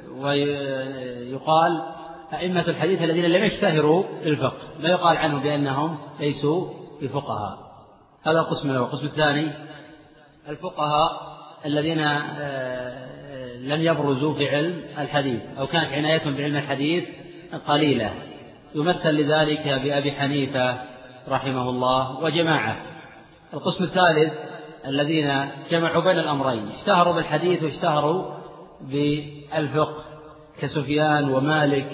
ويقال أئمة الحديث الذين لم يشتهروا بالفقه، لا يقال عنه بأنهم ليسوا بفقهاء. هذا القسم الأول. القسم الثاني الفقهاء الذين لم يبرزوا في علم الحديث، أو كانت عنايتهم بعلم الحديث قليلة، يمثل لذلك بأبي حنيفة رحمه الله وجماعة. القسم الثالث الذين جمعوا بين الأمرين، اشتهروا بالحديث واشتهروا بالفقه، كسفيان ومالك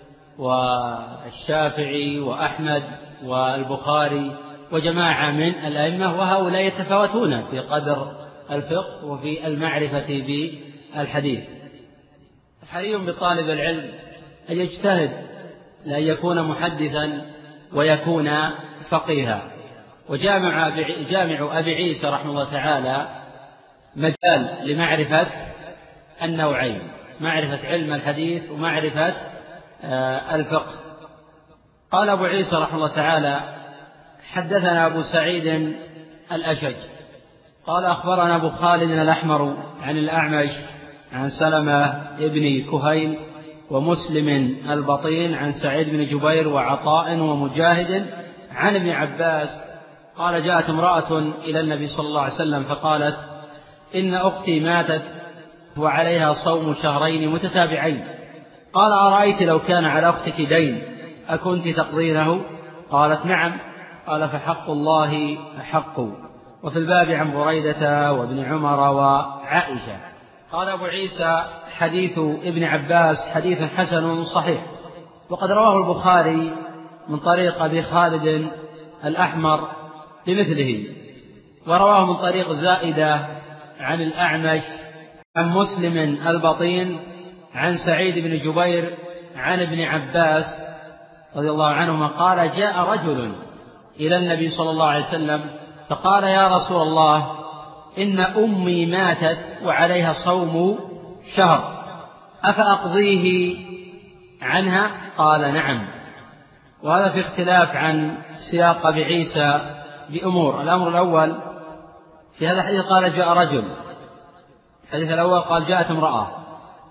والشافعي وأحمد والبخاري وجماعة من الأئمة، وهؤلاء يتفاوتون في قدر الفقه وفي المعرفة بالحديث. حري بطالب العلم أن يجتهد لأن يكون محدثا ويكون فقيها. وجامع أبي عيسى رحمه الله تعالى مجال لمعرفة النوعين، معرفة علم الحديث ومعرفة الفقه. قال أبو عيسى رحمه الله تعالى: حدثنا أبو سعيد الأشج قال أخبرنا أبو خالد الأحمر عن الأعمش عن سلمة ابن كهيل ومسلم البطين عن سعيد بن جبير وعطاء ومجاهد عن ابن عباس قال: جاءت امرأة إلى النبي صلى الله عليه وسلم فقالت: إن أختي ماتت وعليها صوم 2 متتابعين. قال: أرأيت لو كان على أختك دين أكنت تقضينه؟ قالت: نعم. قال: فحق الله أحق. وفي الباب عن بريدة وابن عمر وعائشة. قال أبو عيسى: حديث ابن عباس حديث حسن صحيح، وقد رواه البخاري من طريق أبي خالد الأحمر بمثله، ورواه من طريق زائدة عن الأعمش عن مسلم البطين عن سعيد بن جبير عن ابن عباس رضي الله عنهما قال: جاء رجل إلى النبي صلى الله عليه وسلم فقال: يا رسول الله، إن أمي ماتت وعليها صوم 1 أفأقضيه عنها؟ قال: نعم. وهذا في اختلاف عن سياق أبي عيسى بأمور. الأمر الأول في هذا الحديث قال: جاء رجل، الحديث الأول قال: جاءت امرأة،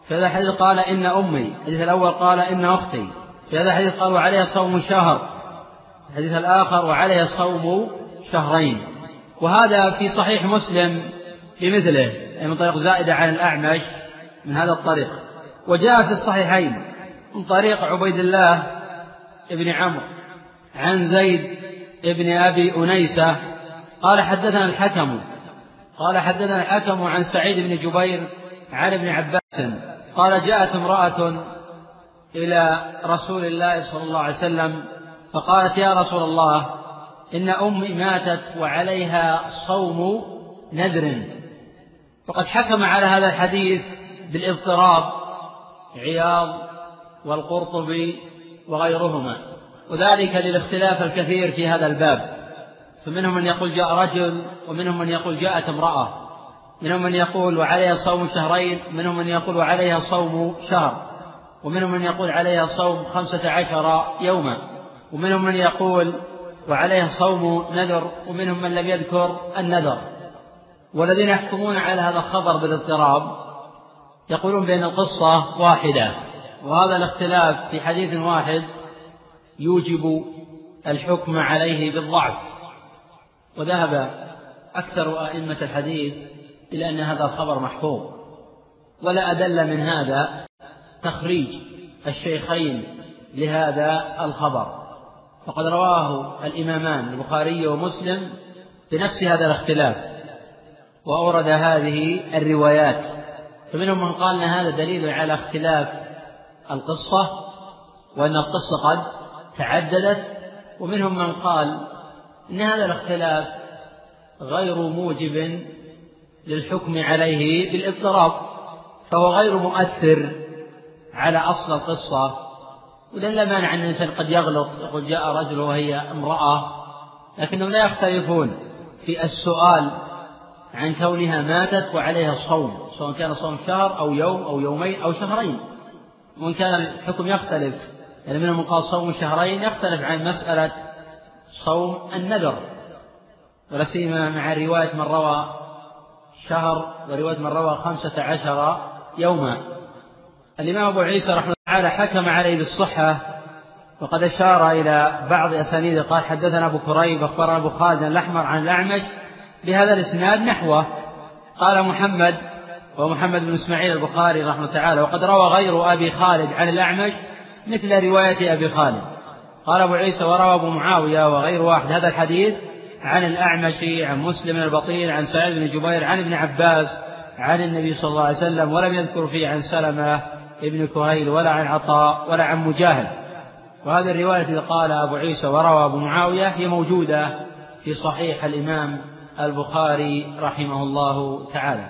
في هذا الحديث قال إن أمي، الحديث الأول قال إن أختي، في هذا الحديث قال وعليها صوم شهر، الحديث الآخر وعليها صوم شهرين. وهذا في صحيح مسلم بمثله من طريق زائدة عن الأعمش من هذا الطريق. وجاء في الصحيحين من طريق عبيد الله ابن عمرو عن زيد ابن أبي أنيسة قال حدثنا الحكم عن سعيد بن جبير عن ابن عباس قال جاءت امرأة إلى رسول الله صلى الله عليه وسلم فقالت يا رسول الله إن أمي ماتت وعليها صوم نذر. فقد حكم على هذا الحديث بالاضطراب عياض والقرطبي وغيرهما، وذلك للاختلاف الكثير في هذا الباب، فمنهم من يقول جاء رجل، ومنهم من يقول جاءت امرأة، منهم من يقول وعليها صوم شهرين، منهم من يقول وعليها صوم شهر، ومنهم من يقول عليها صوم 15 يوما، ومنهم من يقول وعليها صوم نذر، ومنهم من لم يذكر النذر. والذين يحكمون على هذا الخبر بالاضطراب يقولون بأن القصة واحدة، وهذا الاختلاف في حديث واحد يوجب الحكم عليه بالضعف. وذهب أكثر أئمة الحديث إلى أن هذا الخبر محفوظ، ولا أدل من هذا تخريج الشيخين لهذا الخبر، فقد رواه الإمامان البخاري ومسلم بنفس هذا الاختلاف، وأورد هذه الروايات. فمنهم من قال أن هذا دليل على اختلاف القصة وأن القصة قد تعددت، ومنهم من قال إن هذا الاختلاف غير موجب للحكم عليه بالاضطراب، فهو غير مؤثر على أصل القصة. ولا مانع أن الإنسان قد يغلط يقول جاء رجل وهي امرأة، لكنهم لا يختلفون في السؤال عن كونها ماتت وعليها الصوم، سواء كان صوم شهر أو يوم أو يومين أو شهرين. وإن كان الحكم يختلف، يعني منهم من قال صوم شهرين يختلف عن مسألة صوم النذر، ولا سيما مع رواية من روى شهر ورواية من روى 15 يوما. الإمام أبو عيسى رحمه الله تعالى حكم عليه بالصحة، وقد أشار إلى بعض أسانيده قال حدثنا أبو كريب أخبرنا أبو خالد الأحمر عن الأعمش بهذا الإسناد نحوه. قال محمد ومحمد بن إسماعيل البخاري رحمه الله تعالى وقد روى غير أبي خالد عن الأعمش مثل رواية أبي خالد. قال أبو عيسى وروى أبو معاوية وغير واحد هذا الحديث عن الأعمش عن مسلم البطين عن سعيد بن جبير عن ابن عباس عن النبي صلى الله عليه وسلم، ولم يذكر فيه عن سلمة ابن كهيل ولا عن عطاء ولا عن مجاهد. وهذه الرواية التي قال أبو عيسى وروى أبو معاوية هي موجودة في صحيح الإمام البخاري رحمه الله تعالى.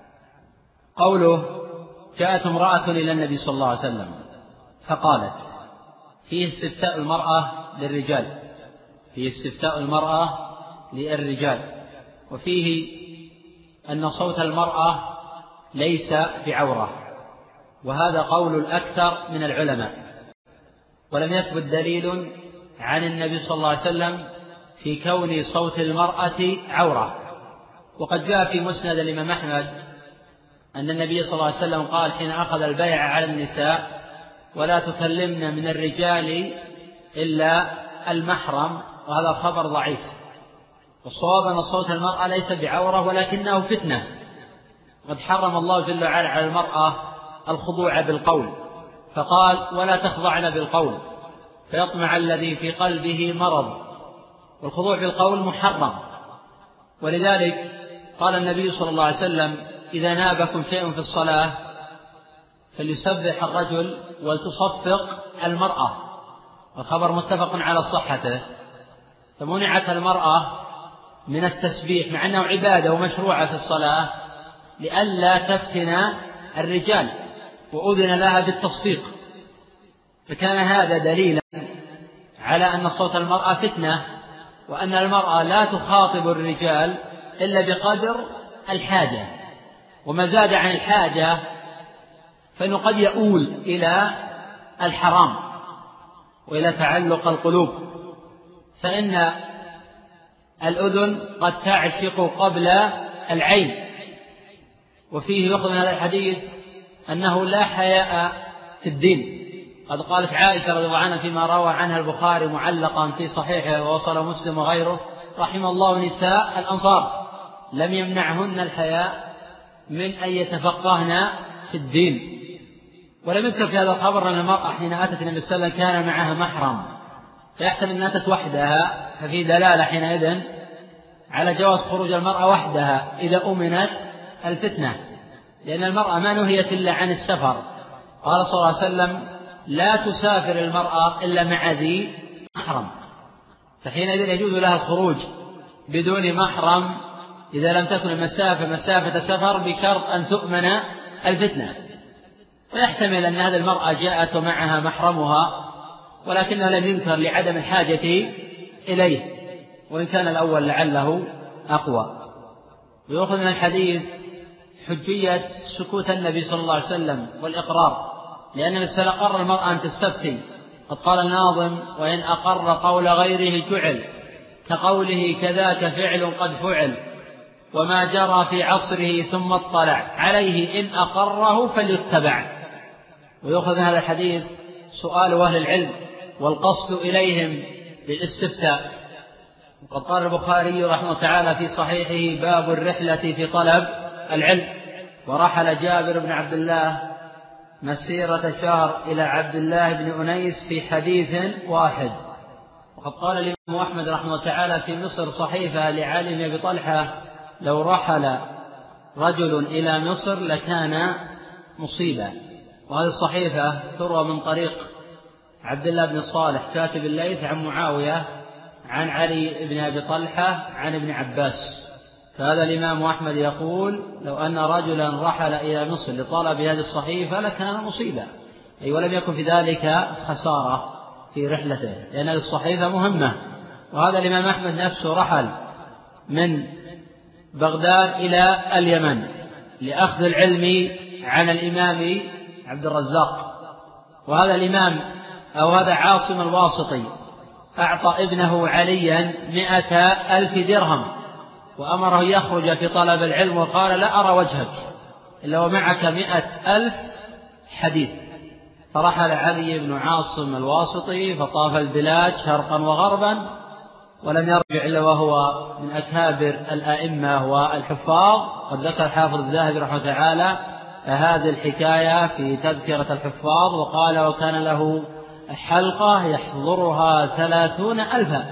قوله جاءت امرأة إلى النبي صلى الله عليه وسلم فقالت، فيه استفتاء المرأة للرجال، فيه استفتاء المرأة للرجال، وفيه أن صوت المرأة ليس بعورة، وهذا قول الأكثر من العلماء، ولم يثبت دليل عن النبي صلى الله عليه وسلم في كون صوت المرأة عورة. وقد جاء في مسند الإمام أحمد أن النبي صلى الله عليه وسلم قال حين أخذ البيع على النساء ولا تكلمن من الرجال إلا المحرم، وهذا خبر ضعيف. والصواب أن صوت المرأة ليس بعورة ولكنه فتنة، قد حرم الله جل وعلا على المرأة الخضوع بالقول، فقال ولا تخضعن بالقول فيطمع الذي في قلبه مرض، والخضوع بالقول محرم. ولذلك قال النبي صلى الله عليه وسلم إذا نابكم شيء في الصلاة فليسبح الرجل ولتصفق المرأة، والخبر متفق على صحته. فمنعت المرأة من التسبيح مع أنه عبادة ومشروعة في الصلاة لئلا تفتن الرجال، وأذن لها بالتصفيق، فكان هذا دليلا على أن صوت المرأة فتنة، وأن المرأة لا تخاطب الرجال إلا بقدر الحاجة، وما زاد عن الحاجة فإنه قد يؤول إلى الحرام وإلى تعلق القلوب، فإن الأذن قد تعشق قبل العين. وفيه يؤخذ من هذا الحديث أنه لا حياء في الدين. قد قالت عائشة رضي الله عنها فيما روى عنها البخاري معلقا في صحيحه ووصل مسلم وغيره: رحم الله نساء الأنصار لم يمنعهن الحياء من أن يتفقهن في الدين. ولم يذكر في هذا الخبر أن المرأة حين أتت النبي صلى الله عليه وسلم كان معها محرم، فيحتمل أن أتت وحدها، ففي دلالة حينئذ على جواز خروج المرأة وحدها إذا أمنت الفتنة، لأن المرأة ما نهيت إلا عن السفر. قال صلى الله عليه وسلم: لا تسافر المرأة إلا مع ذي محرم، فحينئذ يجوز لها الخروج بدون محرم إذا لم تكن المسافة مسافة سفر بشرط أن تؤمن الفتنة. ويحتمل أن هذه المرأة جاءت ومعها محرمها ولكنها لم ينكر لعدم الحاجة إليه، وإن كان الأول لعله أقوى. ويأخذ من الحديث حجية سكوت النبي صلى الله عليه وسلم والإقرار، لأن الرسول أقر المرأة أن تستفتي. قد قال الناظم: وإن أقر قول غيره جعل، كقوله كذاك فعل قد فعل، وما جرى في عصره ثم اطلع عليه إن أقره فليتبع. ويأخذ هذا الحديث سؤال أهل العلم والقصد إليهم بالاستفتاء. وقد قال البخاري رحمه الله تعالى في صحيحه: باب الرحلة في طلب العلم. ورحل جابر بن عبد الله مسيرة شهر إلى عبد الله بن أنيس في حديث واحد. وقد قال الإمام أحمد رحمه الله تعالى في مصر صحيفة لعلي بن أبي طلحة: لو رحل رجل إلى مصر لكان مصيبة. وهذه الصحيفة تروى من طريق عبد الله بن صالح كاتب الليث عن معاوية عن علي بن أبي طلحة عن ابن عباس. فهذا الإمام أحمد يقول: لو أن رجلا رحل إلى مصر لطلب هذه الصحيفة لكان مصيبة، أي ولم يكن في ذلك خسارة في رحلته، لأن هذه الصحيفة مهمة. وهذا الإمام أحمد نفسه رحل من بغداد إلى اليمن لأخذ العلم عن الإمام عبد الرزاق. وهذا الإمام أو هذا عاصم الواسطي أعطى ابنه عليا 100,000 درهم وأمره يخرج في طلب العلم، وقال: لا أرى وجهك إلا ومعك 100,000 حديث. فرحل علي بن عاصم الواسطي فطاف البلاد شرقا وغربا ولم يرجع إلا وهو من أكابر الأئمة والحفاظ. قد ذكر حافظ الذهبي رحمه الله تعالى هذه الحكاية في تذكرة الحفاظ، وقال: وكان له حلقة يحضرها 30,000.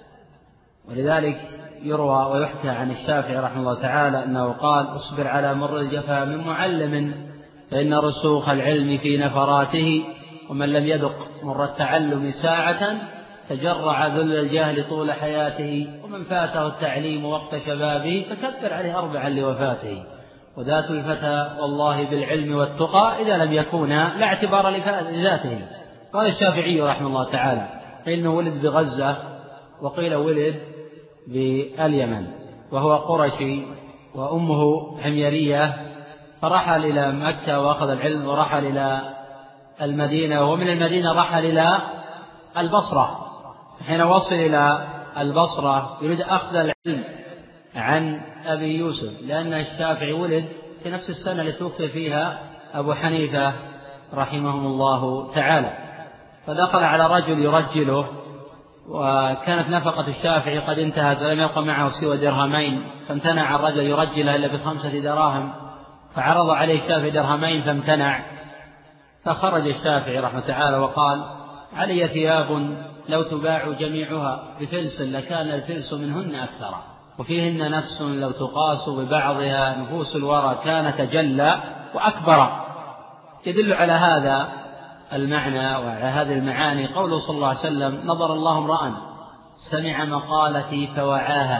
ولذلك يروى ويحكى عن الشافعي رحمه الله تعالى أنه قال: اصبر على مر الجفا من معلم، فإن رسوخ العلم في نفراته، ومن لم يذق مر التعلم ساعة تجرع ذل الجهل طول حياته، ومن فاته التعليم وقت شبابه فكبر عليه 4 لوفاته. وذات الفتى والله بالعلم والتقى إذا لم يكونا لا اعتبار لذاته. قال الشافعي رحمه الله تعالى: إنه ولد بغزة وقيل ولد باليمن، وهو قرشي وأمه حميرية، فرحل إلى مكة وأخذ العلم ورحل إلى المدينة، ومن المدينة رحل إلى البصرة. حين وصل إلى البصرة يريد أخذ العلم عن أبي يوسف، لأن الشافعي ولد في نفس السنة التي توفي فيها أبو حنيفة رحمهم الله تعالى. فدخل على رجل يرجله، وكانت نفقة الشافعي قد انتهت ولم يبق معه سوى 2 درهم، فامتنع الرجل يرجله إلا ب5 دراهم، فعرض عليه الشافعي 2 درهم فامتنع. فخرج الشافعي رحمه الله تعالى وقال: علي ثياب لو تباع جميعها بفلس لكان الفلس منهن أكثر، وفيهن نفس لو تقاس ببعضها نفوس الورى كانت جل وأكبر. يدل على هذا المعنى وعلى هذه المعاني قوله صلى الله عليه وسلم: نظر الله امرأ سمع مقالتي فوعاها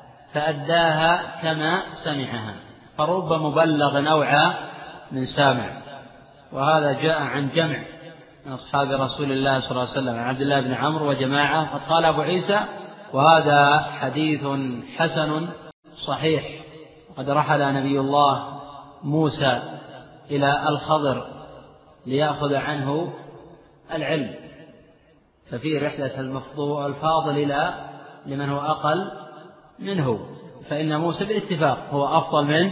فأداها كما سمعها، فرب مبلغ أوعى من سامع. وهذا جاء عن جمع من أصحاب رسول الله صلى الله عليه وسلم، عن عبد الله بن عمرو وجماعة. قد قال أبو عيسى: وهذا حديث حسن صحيح. قد رحل نبي الله موسى إلى الخضر ليأخذ عنه العلم، ففي رحلة الفاضل إلى لمن هو أقل منه، فإن موسى بالاتفاق هو أفضل من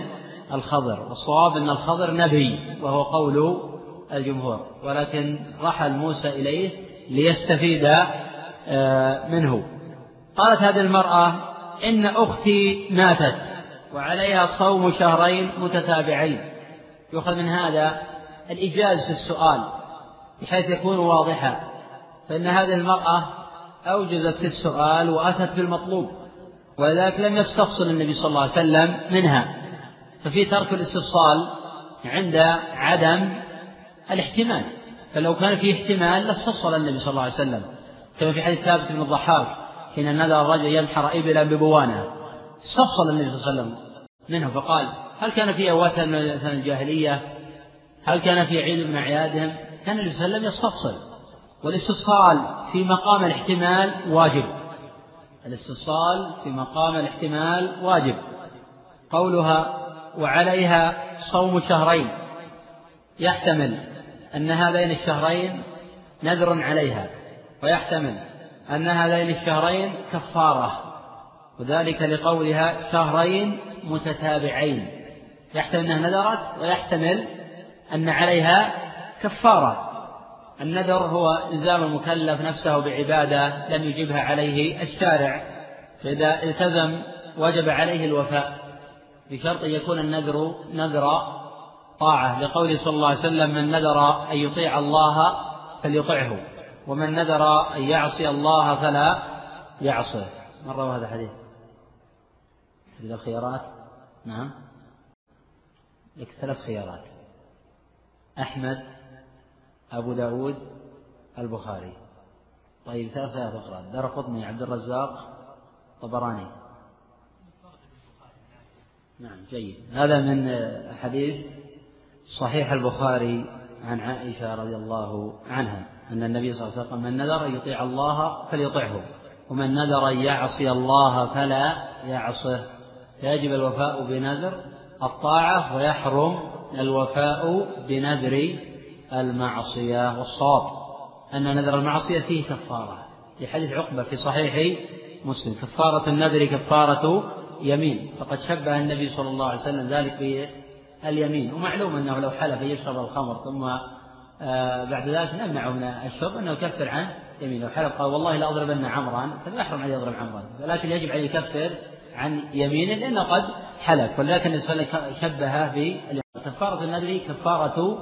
الخضر، والصواب أن الخضر نبي وهو قول الجمهور، ولكن رحل موسى إليه ليستفيد منه. قالت هذه المرأة: إن أختي ماتت وعليها صوم شهرين متتابعين. يؤخذ من هذا الإيجاز في السؤال بحيث يكون واضحا، فإن هذه المرأة أوجزت في السؤال وأتت بالمطلوب، ولذلك لم يستفصل النبي صلى الله عليه وسلم منها، ففي ترك الاستفصال عند عدم الاحتمال، فلو كان فيه احتمال لاستفصل النبي صلى الله عليه وسلم، كما في حديث ثابت بن الضحاك حين نذر الرجل ينحر إبلا ببوانها، استفصل النبي صلى الله عليه وسلم منه فقال: هل كان فيها وثن من الجاهلية؟ هل كان في عيد من أعيادهم؟ كان النبي صلى الله عليه وسلم يستفصل، والاستفصال في مقام الاحتمال واجب. الاستفصال في مقام الاحتمال واجب. قولها: وعليها صوم شهرين، يحتمل أن هذين الشهرين نذر عليها، ويحتمل أن هذين الشهرين كفارة، وذلك لقولها شهرين متتابعين، يحتمل أنها نذرت ويحتمل أن عليها كفارة. النذر هو إلزام المكلف نفسه بعبادة لم يجبها عليه الشارع، فإذا التزم وجب عليه الوفاء بشرط أن يكون النذر نذر طاعة، لقوله صلى الله عليه وسلم: من نذر أن يطيع الله فليطعه، ومن نذر أن يعصي الله فلا يعصه. مرة هذا حديث إذا الخيارات. نعم، لك 3 خيارات: أحمد، أبو داود، البخاري. طيب 3 خيارات أخرى: دارقطني، عبد الرزاق، طبراني. نعم، جيد. هذا من حديث صحيح البخاري عن عائشة رضي الله عنها أن النبي صلى الله عليه وسلم: من نذر أن يطيع الله فليطعه، ومن نذر أن يعصي الله فلا يعصه. فيجب الوفاء بنذر الطاعة، ويحرم الوفاء بنذر المعصية. والصواب أن نذر المعصية فيه كفارة، لحديث عقبة في صحيح مسلم: كفارة النذر كفارة يمين، فقد شبه النبي صلى الله عليه وسلم ذلك باليمين. ومعلوم أنه لو حلف يشرب الخمر ثم بعد ذلك نمنعه من الشرب أنه يكفر عن يمين. لو حلف قال: والله لا أضربن عمرا، فيحرم عليه يضرب عمرا، ولكن يجب عليه يكفر عن يمينه لأنه قد حلف. ولكن النبي صلى الله عليه وسلم شبه بكفارة النذر كفارة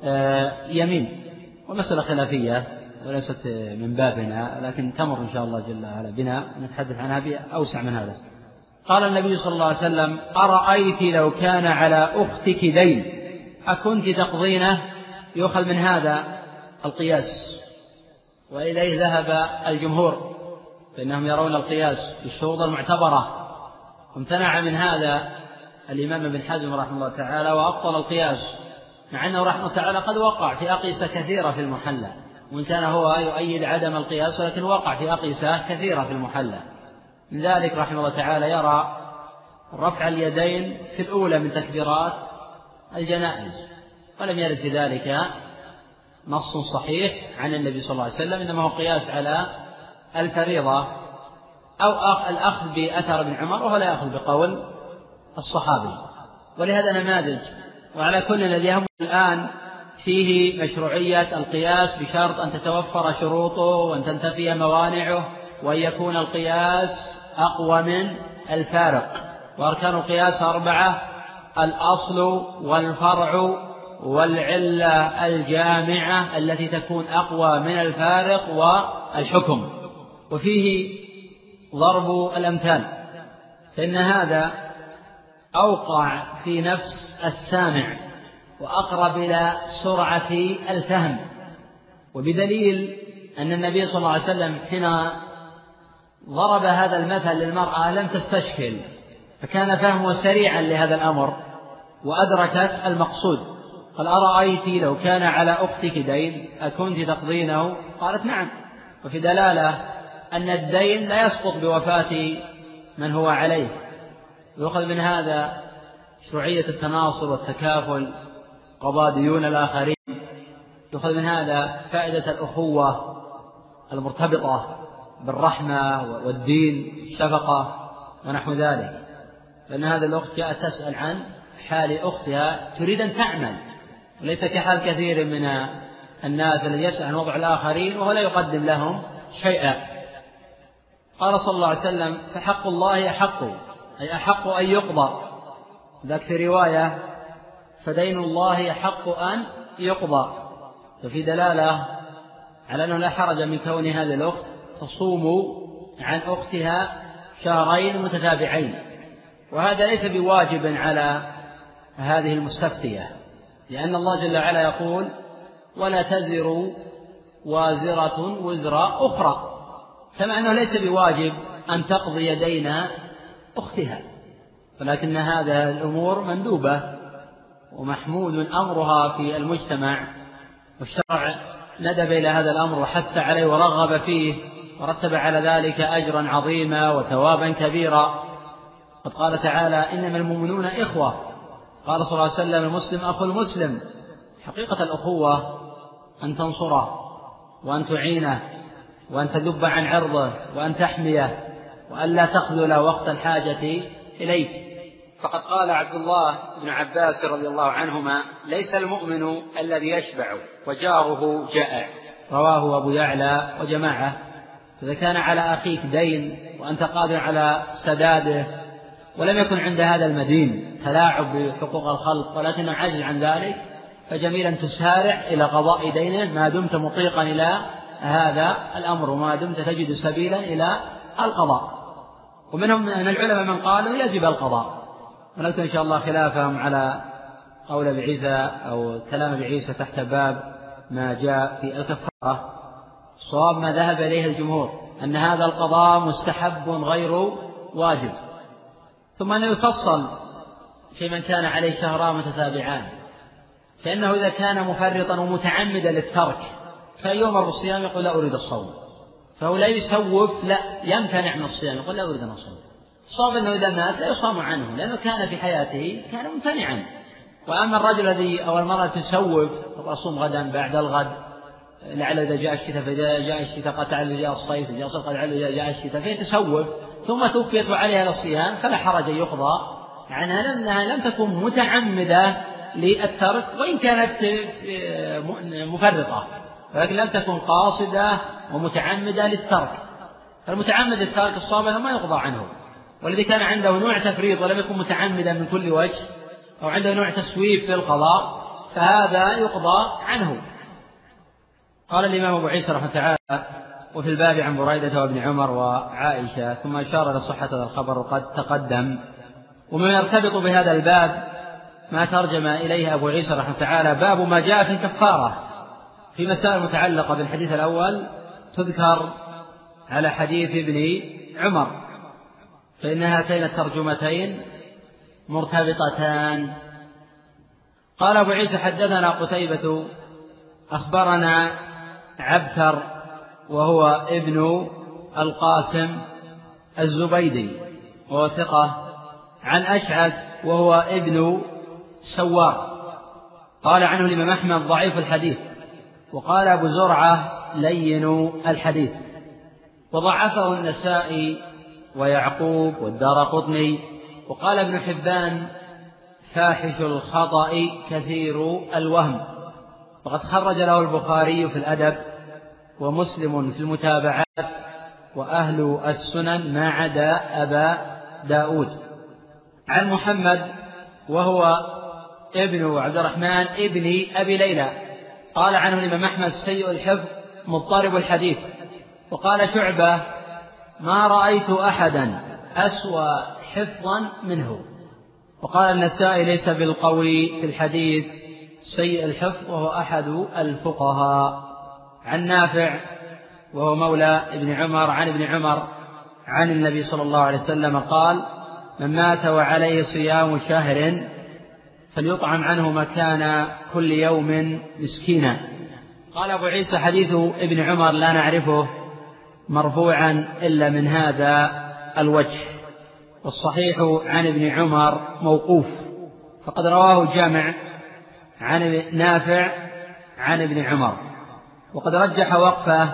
يمين، ومسألة خلافية وليست من بابنا، لكن تمر إن شاء الله جل وعلا بنا نتحدث عنها بأوسع من هذا. قال النبي صلى الله عليه وسلم: أرأيت لو كان على أختك دين أكنت تقضينه؟ يؤخذ من هذا القياس، وإليه ذهب الجمهور، فإنهم يرون القياس بالشروط المعتبرة، وامتنع من هذا الإمام ابن حزم رحمه الله تعالى وأبطل القياس، مع أنه رحمه الله تعالى قد وقع في أقيسة كثيرة في المحلى، وإن كان هو يؤيد عدم القياس ولكن وقع في أقيسة كثيرة في المحلى. من ذلك رحمه الله تعالى يرى رفع اليدين في الأولى من تكبيرات الجنائز، ولم يرد في ذلك نص صحيح عن النبي صلى الله عليه وسلم، إنما هو قياس على الفريضة أو الأخذ بأثر ابن عمر، وهو لا يأخذ بقول الصحابي. ولهذا نماذج. وعلى كل الذي يهم الآن فيه مشروعية القياس بشرط أن تتوفر شروطه وأن تنتفي موانعه، وأن يكون القياس أقوى من الفارق. وأركان القياس 4: الأصل والفرع والعلة الجامعة التي تكون أقوى من الفارق، والحكم. وفيه ضرب الأمثال، فإن هذا أوقع في نفس السامع وأقرب إلى سرعة الفهم، وبدليل أن النبي صلى الله عليه وسلم حين ضرب هذا المثل للمرأة لم تستشكل، فكان فهمه سريعا لهذا الأمر وأدركت المقصود. قال: أرأيت لو كان على أختك دين أكنت تقضينه؟ قالت: نعم. وفي دلالة أن الدين لا يسقط بوفاة من هو عليه. يؤخذ من هذا شرعية التناصر والتكافل، قضاء ديون الآخرين. يؤخذ من هذا فائدة الأخوة المرتبطة بالرحمة والدين، الشفقة ونحو ذلك، لأن هذا الأخت جاءت تسأل عن حال أختها تريد أن تعمل، وليس كحال كثير من الناس الذي يسأل عن وضع الآخرين وهو لا يقدم لهم شيئا. قال صلى الله عليه وسلم: فحق الله أحق، أي أحق أن يقضى. ذاك في رواية: فدين الله أحق أن يقضى. ففي دلالة على أنه لا حرج من كون هذه الأخت تصوم عن أختها شهرين متتابعين، وهذا ليس بواجب على هذه المستفتية، لأن الله جل وعلا يقول: ولا تزر وازرة وزر أخرى، كما أنه ليس بواجب أن تقضي دين أختها، ولكن هذا الأمور مندوبة ومحمود من أمرها في المجتمع، والشرع ندب إلى هذا الأمر وحث عليه ورغب فيه ورتب على ذلك أجرا عظيما وثوابا كبيرا. قد قال تعالى: إنما المؤمنون إخوة. قال صلى الله عليه وسلم: المسلم أخو المسلم. حقيقة الأخوة أن تنصره وأن تعينه وأن تدب عن عرضه وأن تحميه وأن لا تخذل وقت الحاجة إليك. فقد قال عبد الله بن عباس رضي الله عنهما: ليس المؤمن الذي يشبع وجاره جائع. رواه أبو يعلى وجماعة. فإذا كان على أخيك دين وأنت قادر على سداده ولم يكن عند هذا المدين تلاعب بحقوق الخلق ولكنه عاجز عن ذلك، فجميل أن تسارع إلى قضاء دينه ما دمت مطيقا إلى هذا الأمر وما دمت تجد سبيلا إلى القضاء. ومنهم من العلماء من قالوا يجب القضاء، ونذكر إن شاء الله خلافهم على قول أبي عيسى أو كلام أبي عيسى تحت باب ما جاء في الكفارة. الصواب ما ذهب إليه الجمهور أن هذا القضاء مستحب غير واجب، ثم أنه يفصل في من كان عليه شهران متتابعان، فإنه إذا كان مفرطا ومتعمدا للترك فيؤمر بالصيام يقول: لا أريد الصوم، فهو لا يسوف، لا يمتنع من الصيام يقول: لا أريد أن أصوم. الصواب أنه إذا مات لا يصام عنه لأنه كان في حياته كان ممتنعا. وأما الرجل الذي أو المرأة تسوف: أصوم غدا بعد الغد، لعل إذا جاء الشتاء، فإذا جاء الشتاء قد إذا جاء الصيف، إذا جاء الصيف قد إذا جاء الشتاء، فيتسوف ثم توفيت عليها الصيام فلا حرج يقضى عنها، لأنها لم تكن متعمدة للترك وإن كانت مفرطة، ولكن لم تكن قاصدة ومتعمدة للترك. فالمتعمد للترك الصواب أنه ما يقضى عنه، والذي كان عنده نوع تفريط ولم يكن متعمدا من كل وجه أو عنده نوع تسويف في القضاء فهذا يقضى عنه. قال الإمام أبو عيسى رحمه الله تعالى: وفي الباب عن بريدة وابن عمر وعائشة، ثم أشار إلى صحة هذا الخبر وقد تقدم. ومما يرتبط بهذا الباب ما ترجم إليه أبو عيسى رحمه الله تعالى: باب ما جاء في الكفارة. في مسائل متعلقة بالحديث الأول تذكر على حديث ابن عمر، فإن هاتين الترجمتين مرتبطتان. قال أبو عيسى: حدثنا قتيبة أخبرنا عبثر وهو ابن القاسم الزبيدي وهو ثقة، عن أشعث وهو ابن سوار، قال عنه الإمام أحمد: ضعيف الحديث. وقال أبو زرعة: لين الحديث. وضعفه النسائي ويعقوب والدارقطني. وقال ابن حبان: فاحش الخطأ كثير الوهم. وقد خرج له البخاري في الأدب ومسلم في المتابعات وأهل السنن ما عدا أبا داود. عن محمد وهو ابن عبد الرحمن ابن أبي ليلى، قال عنه الإمام أحمد: سيء الحفظ مضطرب الحديث. وقال شعبة: ما رأيت أحدا أسوأ حفظا منه. وقال النسائي: ليس بالقوي في الحديث سيء الحفظ، وهو أحد الفقهاء. عن نافع وهو مولى ابن عمر عن ابن عمر عن النبي صلى الله عليه وسلم قال: من مات وعليه صيام شهر فليطعم عنه مكان كل يوم مسكينا. قال أبو عيسى: حديث ابن عمر لا نعرفه مرفوعا إلا من هذا الوجه، والصحيح عن ابن عمر موقوف، فقد رواه جامع عن نافع عن ابن عمر. وقد رجح وقفه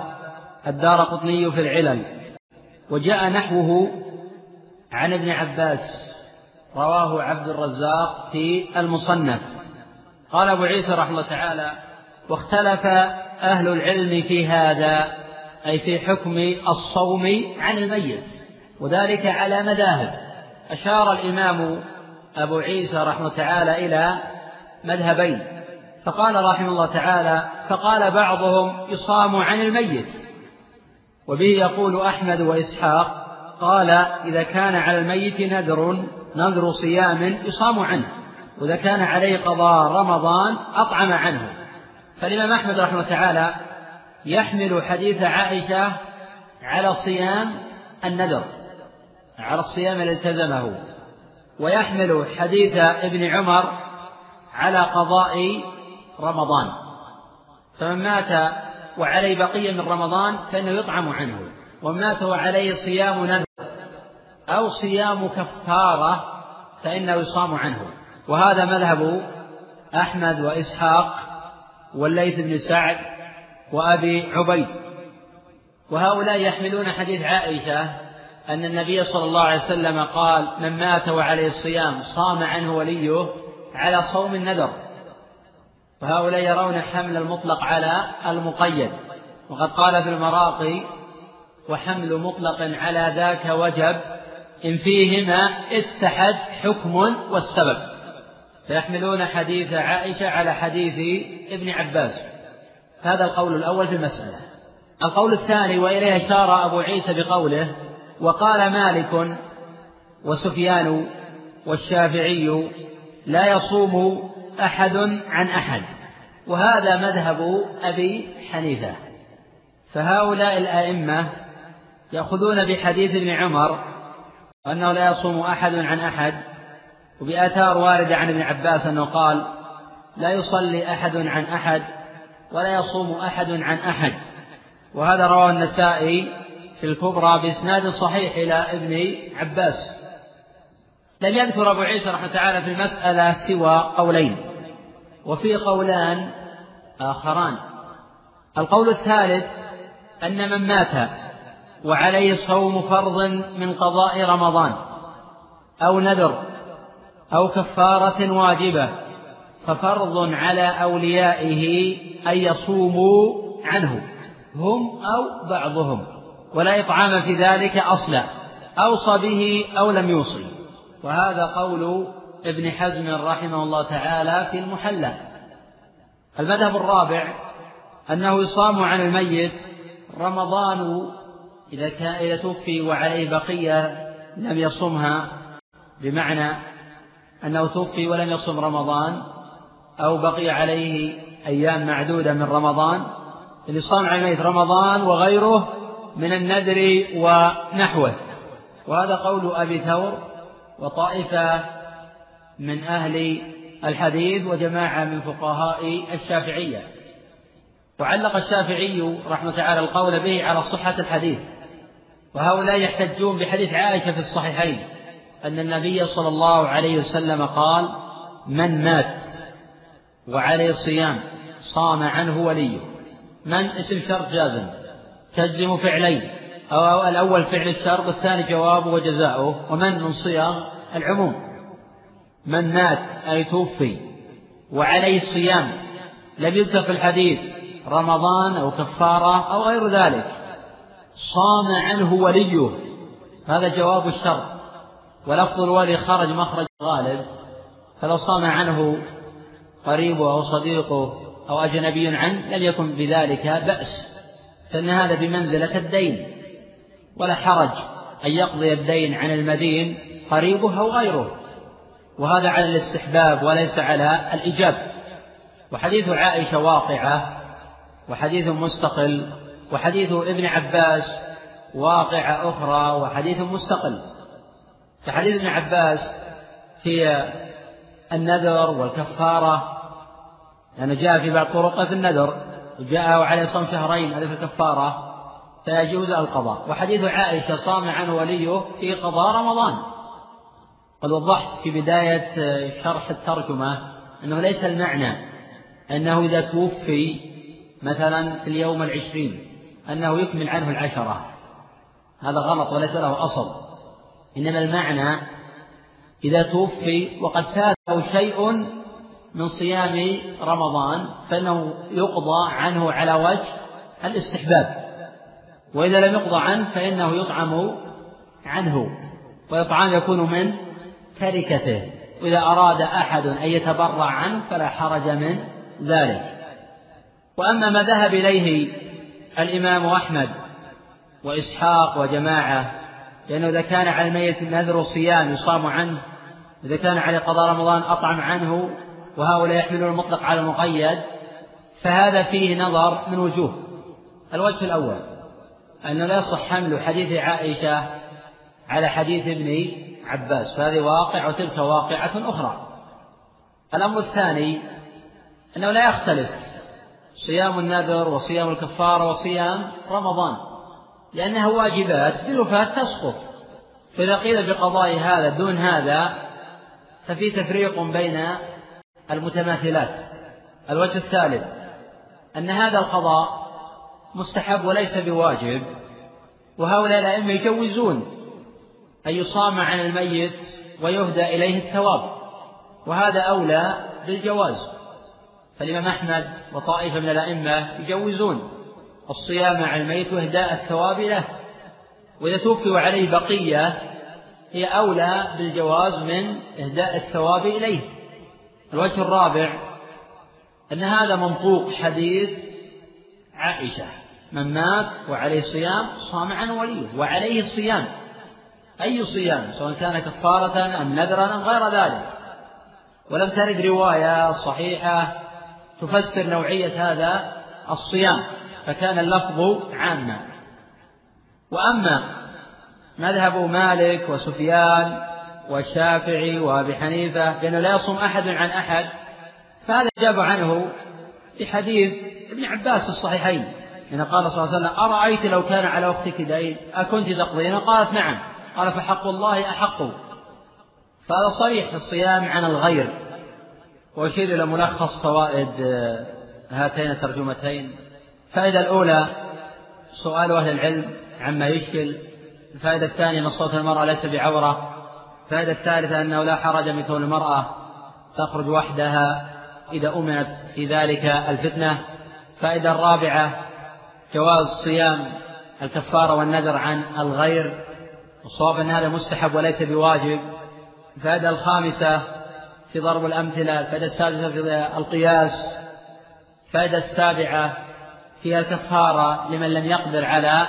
الدارقطني في العلل. وجاء نحوه عن ابن عباس رواه عبد الرزاق في المصنف. قال أبو عيسى رحمه الله تعالى: واختلف أهل العلم في هذا، أي في حكم الصوم عن الميت، وذلك على مذاهب. أشار الإمام أبو عيسى رحمه الله تعالى إلى مذهبين، فقال رحمه الله تعالى: فقال بعضهم يصام عن الميت، وبه يقول أحمد وإسحاق. قال: إذا كان على الميت نذر صيام يصام عنه، وإذا كان عليه قضاء رمضان أطعم عنه. فالإمام أحمد رحمه الله تعالى يحمل حديث عائشة على صيام النذر، على الصيام الذي التزمه، ويحمل حديث ابن عمر على قضاء رمضان. فمن مات وعليه بقية من رمضان فإنه يطعم عنه، ومن مات وعليه صيام نذر أو صيام كفارة فإنه يصام عنه. وهذا مذهب أحمد وإسحاق والليث بن سعد وأبي عبيد. وهؤلاء يحملون حديث عائشة أن النبي صلى الله عليه وسلم قال: من مات وعليه الصيام صام عنه وليه، على صوم النذر. وهؤلاء يرون حمل المطلق على المقيد، وقد قال في المراقي: وحمل مطلق على ذاك وجب إن فيهما اتحد حكم والسبب. فيحملون حديث عائشة على حديث ابن عباس. هذا القول الأول في المسألة. القول الثاني، وإليه أشار أبو عيسى بقوله: وقال مالك وسفيان والشافعي لا يصوم أحد عن أحد، وهذا مذهب أبي حنيفة. فهؤلاء الأئمة يأخذون بحديث ابن عمر أنه لا يصوم أحد عن أحد، وبآثار واردة عن ابن عباس أنه قال: لا يصلي أحد عن أحد ولا يصوم أحد عن أحد. وهذا رواه النسائي في الكبرى بإسناد صحيح إلى ابن عباس. لم يذكر أبو عيسى رحمه تعالى في المسألة سوى قولين، وفي قولان آخران. القول الثالث أن من مات وعليه صوم فرض من قضاء رمضان أو نذر أو كفارة واجبة ففرض على أوليائه أن يصوموا عنه هم أو بعضهم، ولا إطعام في ذلك أصلا، أوصى به أو لم يوصي. وهذا قول ابن حزم رحمه الله تعالى في المحلى. المذهب الرابع أنه يصام عن الميت رمضان إذا توفي وعليه بقية لم يصمها، بمعنى أنه توفي ولم يصم رمضان، أو بقي عليه أيام معدودة من رمضان، اللي صام عن الميت رمضان وغيره من النذر ونحوه. وهذا قول أبي ثور وطائفة من أهل الحديث وجماعة من فقهاء الشافعية. وعلق الشافعي رحمه تعالى القول به على صحة الحديث، وهؤلاء يحتجون بحديث عائشة في الصحيحين أن النبي صلى الله عليه وسلم قال: من مات وعليه صيام صام عنه وليه. من اسم شرط جازم تجزم فعلين، أو الأول فعل الشرط، الثاني جوابه وجزاؤه، ومن من صيغ العموم. من مات أي توفي وعليه صيام، لم يذكر في الحديث رمضان أو كفارة أو غير ذلك، صام عنه وليه، هذا جواب الشرط. ولفظ الولي خرج مخرج غالب، فلو صام عنه قريبه أو صديقه أو أجنبي عنه لم يكن بذلك بأس، فإن هذا بمنزلة الدين، ولا حرج أن يقضي الدين عن المدين قريبه أو غيره، وهذا على الاستحباب وليس على الإيجاب. وحديث عائشة واقعة وحديث مستقل، وحديث ابن عباس واقعة أخرى وحديث مستقل. فحديث ابن عباس في النذر والكفارة، لأنه جاء في بعض طرق في النذر، وجاء عليه صوم شهرين، هذا في الكفارة فيجوز القضاء. وحديث عائشة صام عنه وليه في قضاء رمضان. قد وضحت في بداية شرح الترجمة أنه ليس المعنى أنه إذا توفي مثلا في اليوم 20 أنه يكمل عنه 10، هذا غلط وليس له أصل. إنما المعنى إذا توفي وقد فاته شيء من صيام رمضان فإنه يقضى عنه على وجه الاستحباب، وإذا لم يقضى عنه فإنه يطعم عنه، والإطعام يكون من تركته، وإذا أراد أحد أن يتبرع عنه فلا حرج من ذلك. وأما ما ذهب إليه الإمام أحمد وإسحاق وجماعة، لأنه إذا كان على الميت نذر صيام يصام عنه، إذا كان على قضاء رمضان أطعم عنه، وهؤلاء يحملون المطلق على المقيد، فهذا فيه نظر من وجوه. الوجه الأول أنه لا يصح حمل حديث عائشة على حديث ابن عباس، فهذه واقع وتلك واقعة أخرى. الأمر الثاني أنه لا يختلف صيام النذر وصيام الكفارة وصيام رمضان، لأنها واجبات بالوفاة تسقط، فإذا قيل بقضاء هذا دون هذا ففي تفريق بين المتماثلات. الوجه الثالث أن هذا القضاء مستحب وليس بواجب، وهؤلاء الأئمة يجوزون أن يصام عن الميت ويهدى إليه الثواب، وهذا أولى بالجواز. فالإمام أحمد وطائفة من الأئمة يجوزون الصيام عن الميت وإهداء الثواب له، وإذا توفي وعليه بقية هي أولى بالجواز من إهداء الثواب إليه. الوجه الرابع أن هذا منطوق حديث عائشة: من مات وعليه صيام صام عنه وليه، وعليه الصيام أي صيام سواء كان كفارة أم نذرا أم غير ذلك، ولم ترد رواية صحيحة تفسر نوعية هذا الصيام، فكان اللفظ عاما. وأما مذهب مالك وسفيان والشافعي وأبي حنيفة بأنه لا يصوم أحد عن أحد، فهذا جاب عنه في حديث ابن عباس الصحيحين، إن قال صلى الله عليه وسلم: أرأيت لو كان على أختك دين أكنت تقضين؟ قالت: نعم. قال: فحق الله أحق. فهذا صريح في الصيام عن الغير. وأشير إلى ملخص فوائد هاتين الترجمتين. الفائدة الأولى سؤال أهل العلم عما يشكل. الفائدة الثانية أن صوت المرأة ليس بعورة. الفائدة الثالثة أنه لا حرج من كون المرأة تخرج وحدها إذا أمنت في ذلك الفتنة. الفائدة الرابعة جواز صيام الكفارة والنذر عن الغير، والصواب أن هذا مستحب وليس بواجب. الفائدة الخامسة في ضرب الأمثلة. الفائدة السادسة في القياس. الفائدة السابعة فيها الكفارة لمن لم يقدر على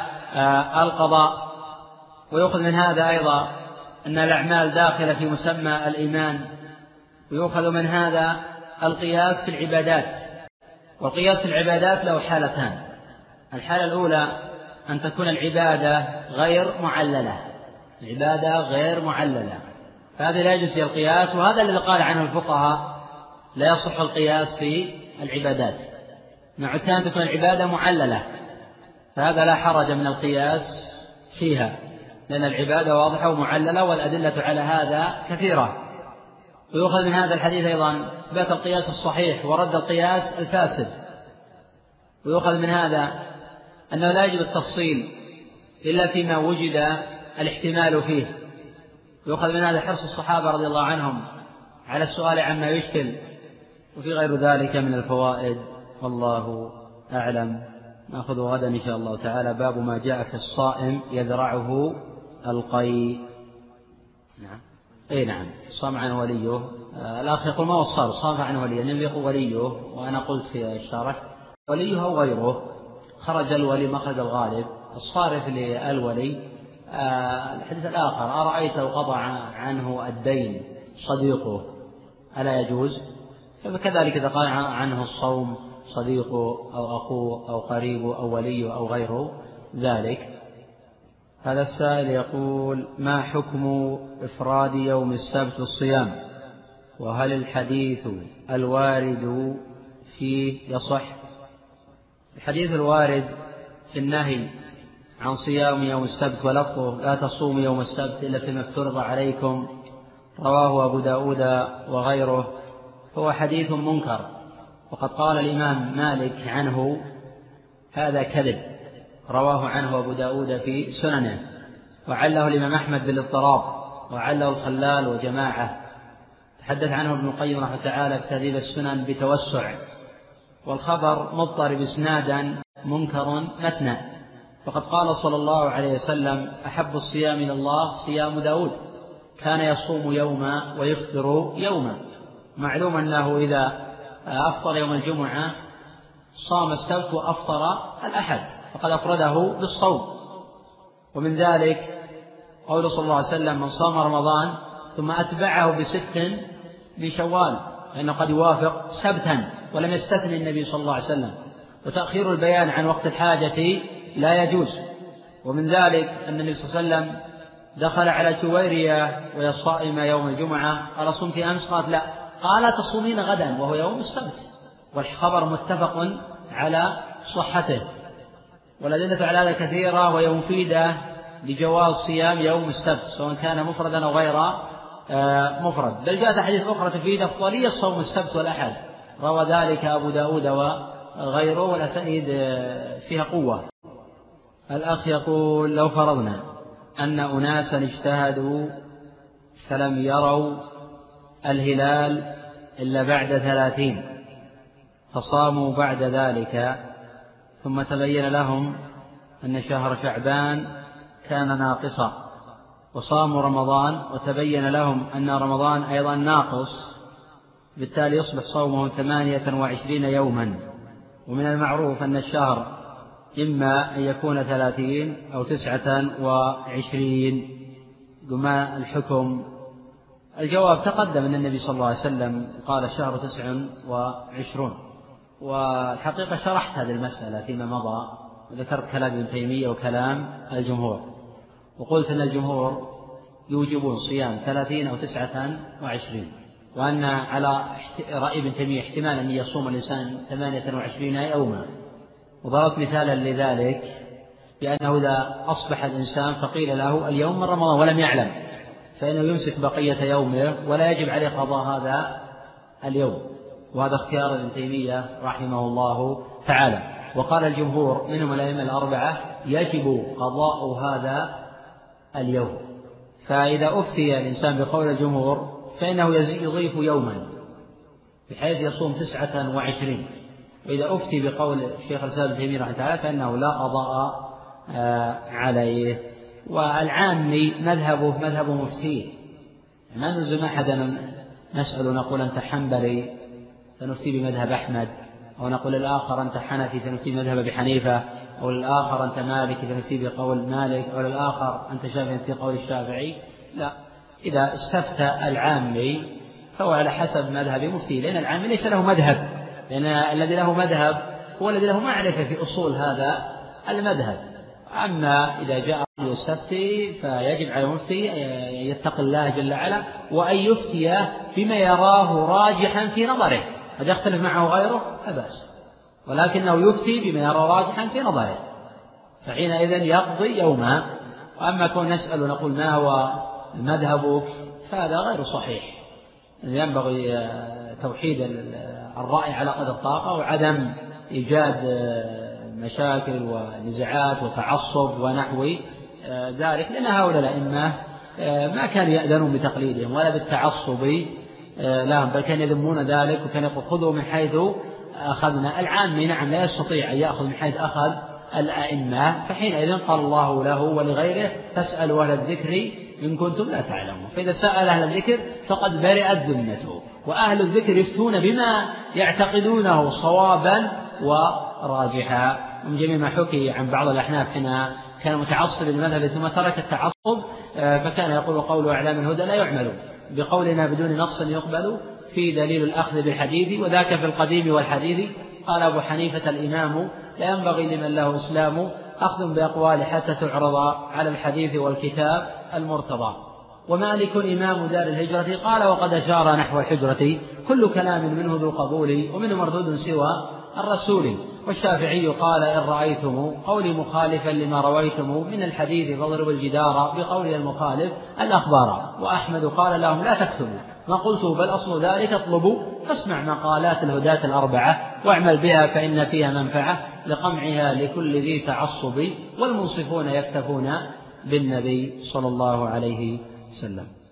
القضاء. ويأخذ من هذا أيضا أن الأعمال داخلة في مسمى الإيمان. ويأخذ من هذا القياس في العبادات. والقياس في العبادات له حالتان: الحالة الأولى أن تكون العبادة غير معللة، العبادة غير معللة، فهذا لا يجوز فيه القياس، وهذا الذي قال عنه الفقهاء لا يصح القياس في العبادات. النوع الثاني تكون العبادة معللة، فهذا لا حرج من القياس فيها، لأن العبادة واضحة ومعللة، والأدلة على هذا كثيرة. ويؤخذ من هذا الحديث أيضا إثبات القياس الصحيح ورد القياس الفاسد. ويؤخذ من هذا أنه لا يجب التفصيل إلا فيما وجد الاحتمال فيه. ويؤخذ من هذا حرص الصحابة رضي الله عنهم على السؤال عما يشكل، وفي غير ذلك من الفوائد، والله أعلم. نأخذ غدا إن شاء الله تعالى باب ما جاء في الصائم يذرعه القيء. نعم صام عنه وليه. الأخ يقول: ما هو الصار صام عنه وليه؟ النبي يقول وليه، وأنا قلت في الشرح وليه أو غيره، خرج الولي مخرج الغالب. الصارف للولي الحديث الآخر: أرأيت لو قضى عنه الدين صديقه ألا يجوز؟ فكذلك إذا قال عنه الصوم صديقه أو أخوه أو قريبه أو وليه أو غيره ذلك. هذا السائل يقول: ما حكم إفراد يوم السبت الصيام؟ وهل الحديث الوارد فيه يصح؟ الحديث الوارد في النهي عن صيام يوم السبت ولفظه: لا تصوم يوم السبت إلا فيما افترض عليكم، رواه أبو داود وغيره، هو حديث منكر، وقد قال الإمام مالك عنه هذا كذب، رواه عنه أبو داود في سننه، وعله الإمام أحمد بالاضطراب، وعله الخلال وجماعة، تحدث عنه ابن القيم رحمه تعالى في تهذيب السنن بتوسع، والخبر مضطرب إسنادا منكر متنا، فقد قال صلى الله عليه وسلم: أحب الصيام إلى الله صيام داود، كان يصوم يوما ويفطر يوما. معلوم أنه إذا أفطر يوم الجمعة صام السبت وأفطر الأحد، فقد أفرده بالصوم. ومن ذلك قول صلى الله عليه وسلم: من صام رمضان ثم أتبعه ب6 من شوال، لأنه قد يوافق سبتا، ولم يستثني النبي صلى الله عليه وسلم. وتأخير البيان عن وقت الحاجة لا يجوز. ومن ذلك أن النبي صلى الله عليه وسلم دخل على جويرية وهي صائمة يوم الجمعة، قال: صمت أمس؟ قالت: لا. قال: تصومين غدا وهو يوم السبت، والخبر متفق على صحته. والأدلة على هذا كثيرة وهي مفيدة لجواز صيام يوم السبت سواء كان مفردا أو غير مفرد، بل جاءت حديث أخرى تفيد أفضلية صوم السبت والأحد، روى ذلك أبو داود وغيره، والأسانيد فيها قوة. الأخ يقول: لو فرضنا أن أناسا اجتهدوا فلم يروا الهلال إلا بعد 30، فصاموا بعد ذلك، ثم تبين لهم أن شهر شعبان كان ناقصا، وصاموا رمضان وتبين لهم أن رمضان أيضا ناقص، بالتالي يصبح صومهم 28 يوما. ومن المعروف أن الشهر إما أن يكون 30 أو 29. بما الحكم؟ الجواب تقدم أن النبي صلى الله عليه وسلم قال الشهر 29، والحقيقة شرحت هذه المسألة فيما مضى، وذكرت كلام ابن تيمية وكلام الجمهور، وقلت أن الجمهور يوجبون صيام 30 أو 29، وأن على رأي ابن تيمية احتمال أن يصوم الإنسان 28 يوما. وضربت مثالا لذلك بأنه إذا أصبح الإنسان فقيل له اليوم من رمضان ولم يعلم، فإنه يمسك بقية يومه ولا يجب عليه قضاء هذا اليوم، وهذا اختيار ابن تيمية رحمه الله تعالى. وقال الجمهور منهم الأئمة الأربعة يجب قضاء هذا اليوم. فإذا أفتي الإنسان بقول الجمهور فإنه يضيف يوما بحيث يصوم 29، وإذا أفتي بقول الشيخ الإسلام ابن تيمية رحمه الله تعالى فإنه لا قضاء عليه. والعامي مذهبه مذهب مفتيه، ما نلزم أحدا نسأل نقول أنت حنبلي فنفتي بمذهب أحمد، أو نقول الآخر أنت حنفي فنفتي بمذهب أبي حنيفة، أو الآخر أنت مالكي فنفتي بقول مالك، أو الآخر أنت شافعي فنفتي بقول الشافعي. لا، إذا استفتى العامي فهو على حسب مذهب مفتي، لأن العامي ليس له مذهب، لأن الذي له مذهب هو الذي له معرفة في أصول هذا المذهب. أما إذا جاء يستفتي فيجب على المفتي يتقي الله جل وعلا، وأن يفتي بما يراه راجحا في نظره، قد يختلف معه غيره لا بأس، ولكنه يفتي بما يرى راجحا في نظره، فحينئذ يقضي يوما. وأما كون نسأل ونقول ما هو مذهبك فهذا غير صحيح، ينبغي توحيد الرأي على قدر الطاقة، وعدم إيجاد مشاكل ونزاعات وتعصب ونحو ذلك، لأن هؤلاء الأئمة ما كانوا يأذنون بتقليدهم ولا بالتعصب لهم، بل كانوا يذمون ذلك، وكانوا يقول خذوا من حيث أخذنا. العامي نعم لا يستطيع أن يأخذ من حيث أخذ الأئمة، فحينئذ قال الله له ولغيره فاسألوا أهل الذكر إن كنتم لا تعلمون. فإذا سأل أهل الذكر فقد برئت ذمته، وأهل الذكر يفتون بما يعتقدونه صوابا وراجحا. من جميع ما حكي عن بعض الأحناف حين كان متعصب للمذهب ثم ترك التعصب، فكان يقول قول أعلام الهدى لا يعمل بقولنا بدون نص يقبل في دليل الأخذ بالحديث، وذاك في القديم والحديث. قال أبو حنيفة الإمام لا ينبغي لمن له إسلام أخذ بأقوال حتى تعرض على الحديث والكتاب المرتضى. ومالك إمام دار الهجرة قال وقد أشار نحو الحجرة كل كلام منه ذو قبول ومنه مردود سوى الرسول. والشافعي قال إن رأيتم قولي مخالفا لما رويتم من الحديث فاضربوا الجدار بقول المخالف الأخبار. وأحمد قال لهم لا تكتبوا ما قلته بل أصل ذلك اطلبوا، فاسمع مقالات الهداة الأربعة واعمل بها فإن فيها منفعة لقمعها لكل ذي تعصب، والمنصفون يكتفون بالنبي صلى الله عليه وسلم.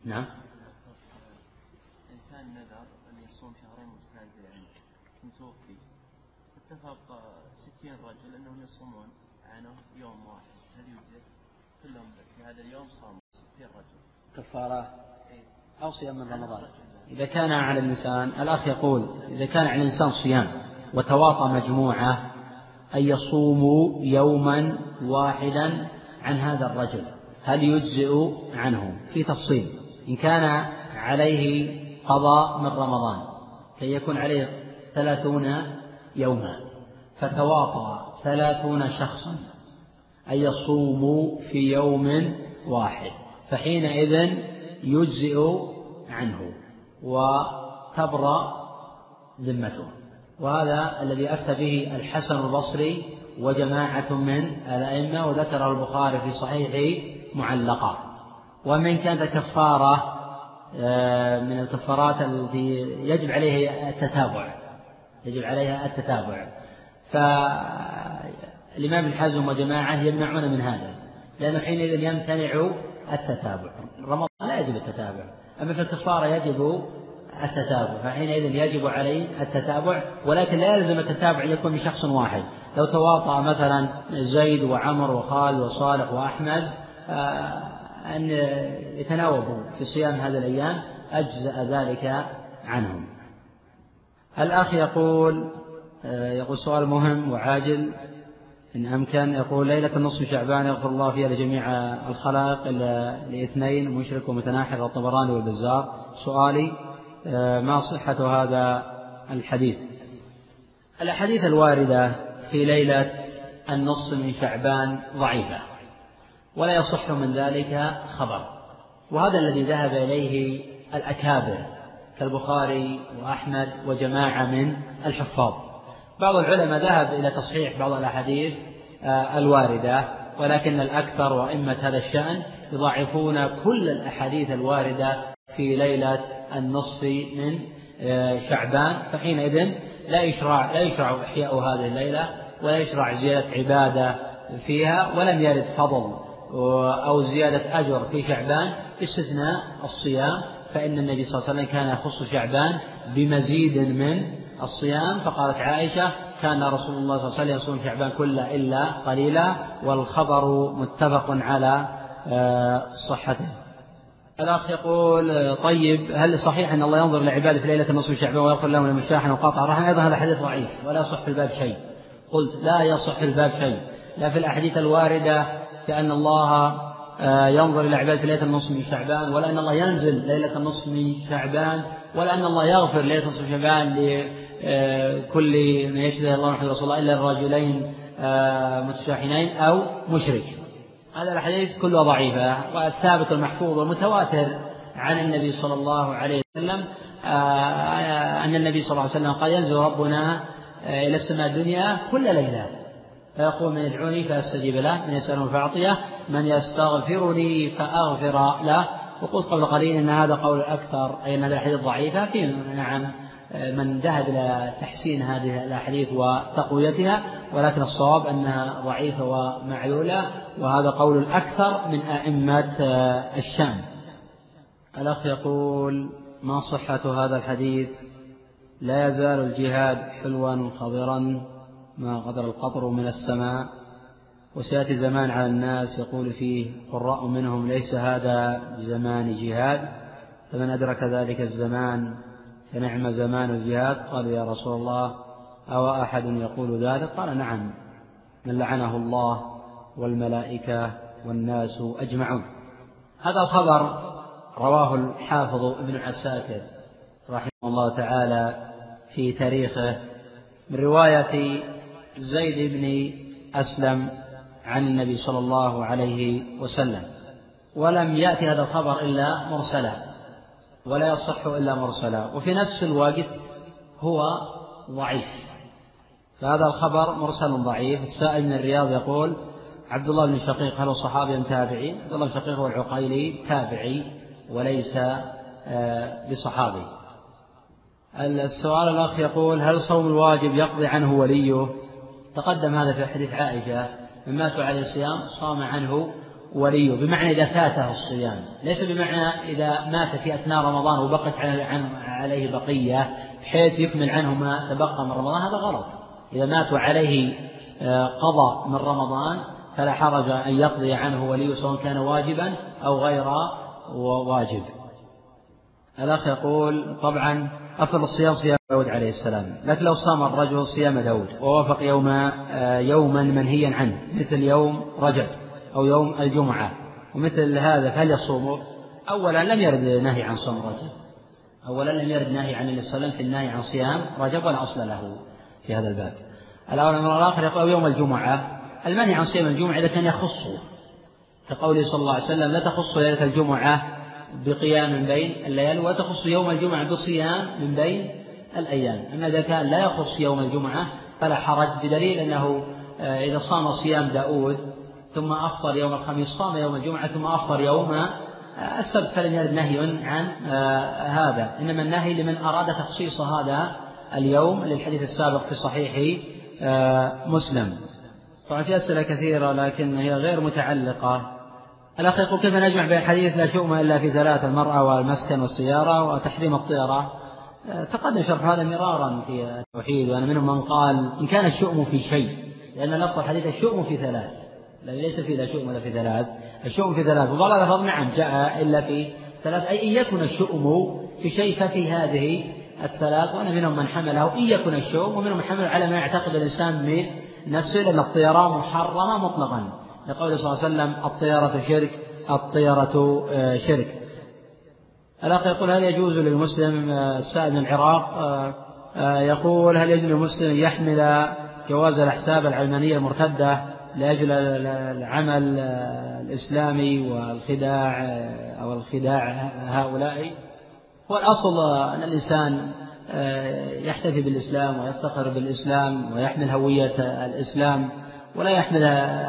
نعم. إنسان نذر أن يصوم شهرين متتابعين متوفي، اتفق 60 رجل أنهم يصومون عنه يوم واحد، هل يجزئ؟ كلهم في هذا اليوم صاموا 60 رجل كفارة أو صيام من رمضان. إذا كان على الإنسان، الأخ يقول إذا كان على الإنسان صيام وتواطى مجموعة أن يصوموا يوما واحدا عن هذا الرجل، هل يجزئ عنه؟ في تفصيل. إن كان عليه قضاء من رمضان كي يكون عليه 30 يوما، فتواطى 30 شخصا أن يصوموا في يوم واحد، فحينئذ يجزئ عنه وتبرأ ذمته. وهذا الذي أفتى به الحسن البصري وجماعة من الأئمة، وذكره البخاري في صحيحه معلقا. ومن كانت كفارة من الكفارات التي يجب عليها التتابع، فالإمام ابن حزم وجماعة يمنعون من هذا، لأنه حينئذ يمتنع التتابع. رمضان لا يجب التتابع، أما في الكفارة يجب التتابع، فحينئذ يجب عليه التتابع، ولكن لا يلزم التتابع يكون من شخص واحد. لو تواطأ مثلا زيد وعمر وخالد وصالح وأحمد أن يتناوبوا في صيام هذه الأيام أجزأ ذلك عنهم. الأخ يقول سؤال مهم وعاجل إن أمكن، يقول ليلة النصف شعبان يغفر الله فيها لجميع الخلائق إلا لاثنين، مشرك ومتناحر، الطبراني والبزار. سؤالي ما صحة هذا الحديث؟ الأحاديث الواردة في ليلة النصف من شعبان ضعيفة، ولا يصح من ذلك خبر، وهذا الذي ذهب إليه الأكابر كالبخاري وأحمد وجماعة من الحفاظ. بعض العلماء ذهب إلى تصحيح بعض الأحاديث الواردة، ولكن الأكثر وأئمة هذا الشأن يضاعفون كل الأحاديث الواردة في ليلة النصف من شعبان، فحينئذ لا يشرع إحياء هذه الليلة، ولا يشرع زيادة عبادة فيها، ولم يرد فضل أو زيادة أجر في شعبان باستثناء الصيام، فإن النبي صلى الله عليه وسلم كان يخص شعبان بمزيد من الصيام، فقالت عائشة كان رسول الله صلى الله عليه وسلم يصوم شعبان كله إلا قليلا، والخبر متفق على صحته. الأخ يقول طيب هل صحيح أن الله ينظر لعباده في ليلة النصف من شعبان ويغفر لهم المشاحن وقاطع الرحم؟ أيضا هذا حديث ضعيف ولا يصح في الباب شيء. قلت لا يصح في الباب شيء، لا في الأحاديث الواردة كأن الله ينظر إلى عباده في ليلة النصف من شعبان، ولا أن الله ينزل ليلة النصف من شعبان، ولا أن الله يغفر ليلة النصف من شعبان لكل من يشهد الله محمد رسول الله إلا الرجلين متشاحنين أو مشرك. هذا الحديث كله ضعيفة، والثابت المحفوظ والمتواتر عن النبي صلى الله عليه وسلم أن النبي صلى الله عليه وسلم قال ينزل ربنا إلى السماء الدنيا كل ليلة فيقول من يدعوني فأستجيب له، من يسألني فأعطيه، من يستغفرني فأغفر له. وقلت قبل قليل أن هذا قول الأكثر، أي أن هذا الحديث ضعيفة. في نعم من ذهب إلى تحسين هذه الأحاديث وتقويتها، ولكن الصواب أنها ضعيفة ومعلولة، وهذا قول الأكثر من أئمة الشام. الأخ يقول ما صحة هذا الحديث؟ لا يزال الجهاد حلوا خضرا ما غدر القطر من السماء، وسيأتي زمان على الناس يقول فيه قراء منهم ليس هذا بزمان جهاد، فمن أدرك ذلك الزمان فنعم زمان الجهاد. قالوا يا رسول الله أو أحد يقول ذلك؟ قال نعم، من لعنه الله والملائكة والناس أجمعون. هذا الخبر رواه الحافظ ابن عساكر رحمه الله تعالى في تاريخه من رواية زيد بن أسلم عن النبي صلى الله عليه وسلم، ولم يأتي هذا الخبر إلا مرسلا، ولا يصح إلا مرسلا، وفي نفس الوقت هو ضعيف، فهذا الخبر مرسل ضعيف. السائل من الرياض يقول عبد الله بن شقيق هل هو صحابي أم تابعي؟ عبد الله بن شقيق هو العقيلي تابعي وليس بصحابي. السؤال الأخ يقول هل صوم الواجب يقضي عنه وليه؟ تقدم هذا في حديث عائشة من مات عليه الصيام صام عنه وليه، بمعنى إذا فاته الصيام، ليس بمعنى إذا مات في أثناء رمضان وبقت عليه بقية بحيث يكمل عنه ما تبقى من رمضان، هذا غلط. إذا مات وعليه قضاء من رمضان فلا حرج أن يقضي عنه وليه سواء كان واجبا أو غير واجب. الأخ يقول طبعا أفضل الصيام صيام داود عليه السلام، لكن لو صام الرجل صيام داود ووافق يوما منهيا عنه مثل يوم رجب أو يوم الجمعة ومثل هذا فهل يصومه؟ أولا لم يرد نهي عن صوم رجب، أولا لم يرد نهي عن النبي صلى الله عليه وسلم في النهي عن صيام رجب ولا أصل له في هذا الباب. الأمر الآخر يقول يوم الجمعة، المنهي عن صيام الجمعة إذا كان يخصه، كقوله صلى الله عليه وسلم لا تخص ليلة الجمعة بقيام من بين الليالي وتخص يوم الجمعة بصيام من بين الأيام. أما إذا كان لا يخص يوم الجمعة فلا حرج، بدليل أنه إذا صام صيام داود ثم أفطر يوم الخميس صام يوم الجمعة ثم أفطر يوم السبت فلم يرد نهي عن هذا، إنما النهي لمن أراد تخصيص هذا اليوم للحديث السابق في صحيح مسلم. طبعا في أسئلة كثيرة لكن هي غير متعلقة. الأخ يقول كيف نجمع بين حديث لا شؤم إلا في ثلاث، المرأة والمسكن والسيارة وتحريم الطيرة؟ تقدم شرح هذا مرارا في التوحيد، وأنا منهم من قال إن كان الشؤم في شيء، لأن لفظ الحديث الشؤم في ثلاث، ليس في لا شؤم ولا في ثلاث، الشؤم في ثلاث، وقال لفظ نعم جاء إلا في ثلاث، أي إن يكن الشؤم في شيء ففي هذه الثلاث، وأنا منهم من حمله إن يكن الشؤم، ومنهم من حمله على ما يعتقد الإنسان من نفسه، لأن الطيرة محرمة مطلقا لقول صلى الله عليه وسلم الطيرة شرك، الطيرة شرك. الأخ يقول هل يجوز للمسلم السائل من العراق يقول هل يجوز للمسلم يحمل جواز الأحساب العلمانية المرتدة لأجل العمل الإسلامي والخداع أو الخداع هؤلاء؟ هو الأصل أن الإنسان يحتفي بالإسلام ويفتخر بالإسلام ويحمل هوية الإسلام، ولا يحمل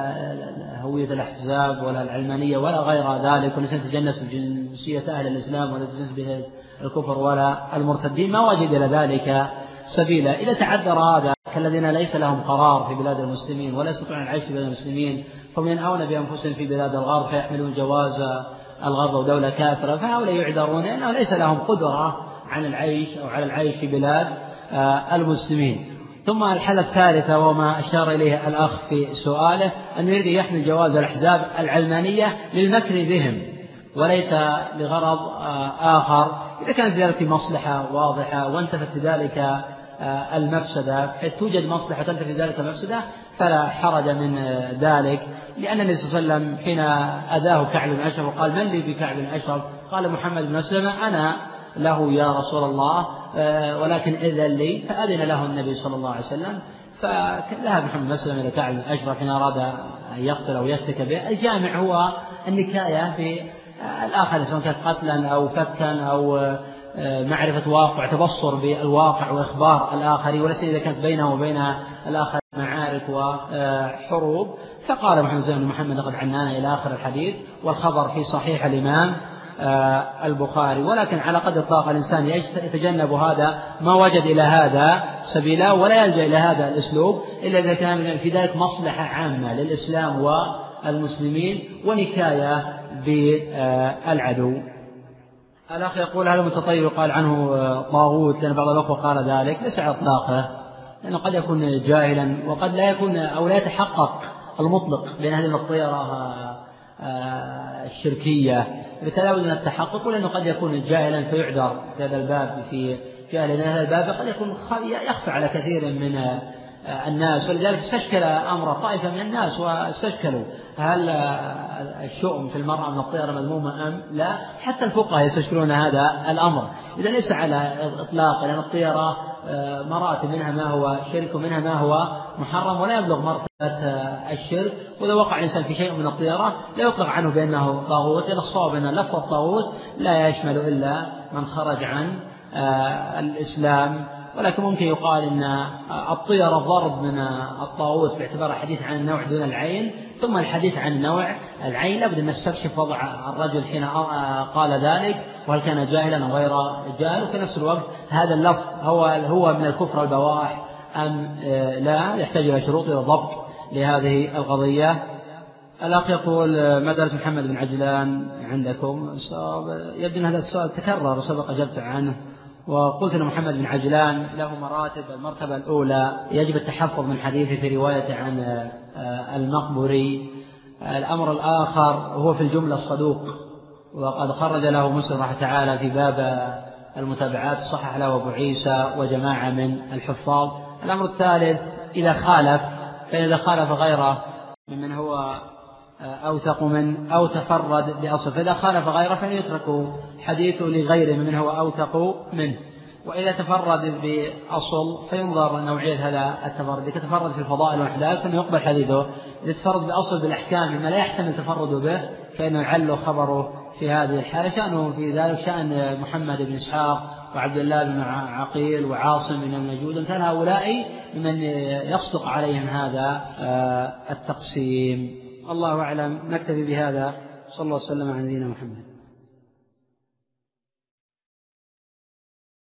هوية الأحزاب ولا العلمانية ولا غير ذلك، والإنسان يتجنس بجنسية أهل الإسلام ولا يتجنس به الكفر ولا المرتدين، ما وجد إلى ذلك سبيلا. إذا تعذر هذا كالذين ليس لهم قرار في بلاد المسلمين ولا يستطيعون العيش في بلاد المسلمين فهم ينأون بأنفسهم في بلاد الغرب فيحملون جواز الغرب ودولة كافرة، فهؤلاء يعذرون لأنه ليس لهم قدرة عن العيش أو على العيش في بلاد المسلمين. ثم الحالة الثالثة وما أشار إليه الأخ في سؤاله أن يريد يحمل جواز الأحزاب العلمانية للمكر بهم وليس لغرض آخر، إذا كانت ذلك مصلحة واضحة وانتفت في ذلك المفسدة، حيث توجد مصلحة تنتفي في ذلك المفسدة فلا حرج من ذلك، لأن النبي صلى الله عليه وسلم حين أذاه كعب بن أشرف وقال من لي بكعب بن أشرف قال محمد بن مسلمة أنا له يا رسول الله ولكن إذن لي، فأذن له النبي صلى الله عليه وسلم، فذهب محمد بن مسلمة إلى كعب بن أشرف حين أراد أن يقتل أو يفتك به. الجامع هو النكاية بالآخر سواء كانت قتلا أو فتكا أو معرفة واقع، تبصر بالواقع وإخبار الآخر، وليس إذا كانت بينه وبين الآخر معارك وحروب. فقال محمد قد عنانا إلى آخر الحديث، والخبر في صحيح الإمام البخاري. ولكن على قدر الطاقة الإنسان يتجنب هذا ما وجد إلى هذا سبيلا، ولا يلجأ إلى هذا الأسلوب إلا إذا كان في ذلك مصلحة عامة للإسلام والمسلمين ونكاية بالعدو. الأخ يقول هل المتطير قال عنه طاغوت؟ لأن بعض الأخوة قال ذلك، ليس على إطلاقه، لأنه قد يكون جاهلا وقد لا يكون أو لا يتحقق المطلق بين هذه الطيرة الشركية، بالتالي من التحقق، لأنه قد يكون جاهلا فيعذر في هذا الباب في جاهل هذا الباب قد يكون يخفى على كثير من الناس، ولذلك استشكل أمر طائفة من الناس واستشكلوا هل الشؤم في المرأة من الطيرة مذمومة أم لا. حتى الفقهاء يستشكلون هذا الأمر، إذا ليس على إطلاق، لأن الطيرة مراتب، منها ما هو شرك ومنها ما هو محرم ولا يبلغ مرتبة الشرك، وإذا وقع الإنسان في شيء من الطيرة لا يطلق عنه بأنه طاغوت، إلى الصواب أن لفظ الطاغوت لا يشمل إلا من خرج عن الإسلام. ولكن ممكن يقال إن الطيرة ضرب من الطاغوت باعتبار الحديث عن النوع دون العين، ثم الحديث عن نوع العين لابد أن نستكشف وضع الرجل حين قال ذلك، وهل كان جاهلا أو غير جاهل، وفي نفس الوقت هذا اللفظ هو من الكفر البواح أم لا، يحتاج إلى شروط وضبط لهذه القضية. الأخ يقول مدرسة محمد بن عجلان عندكم؟ يبدو أن هذا السؤال تكرر وسبق أجبت عنه، وقلت أن محمد بن عجلان له مراتب. المرتبة الأولى يجب التحفظ من حديثه في رواية عن المقبري. الأمر الآخر هو في الجملة الصدوق، وقد خرج له مسلم رحمه تعالى في باب المتابعات، صحح له أبو عيسى وجماعة من الحفاظ. الأمر الثالث إذا خالف، فإذا خالف غيره ممن هو أوثق منه أو تفرد بأصل، فإذا خالف غيره فيترك حديثه لغيره ممن هو أوثق منه. وإذا تفرد بأصل فينظر نوعية هذا التفرد، إذا تفرد في الفضائل والأحداث فإنه يقبل حديثه، إذا تفرد بأصل بالأحكام مما لا يحتمل تفرده به فإنه يعل خبره في هذه الحالة. شأنه في ذلك شأن محمد بن إسحاق وعبد الله بن عقيل وعاصم بن النجود، مثل هؤلاء ممن يصدق عليهم هذا التقسيم. الله أعلم. نكتفي بهذا. صلى الله وسلم على نبينا محمد.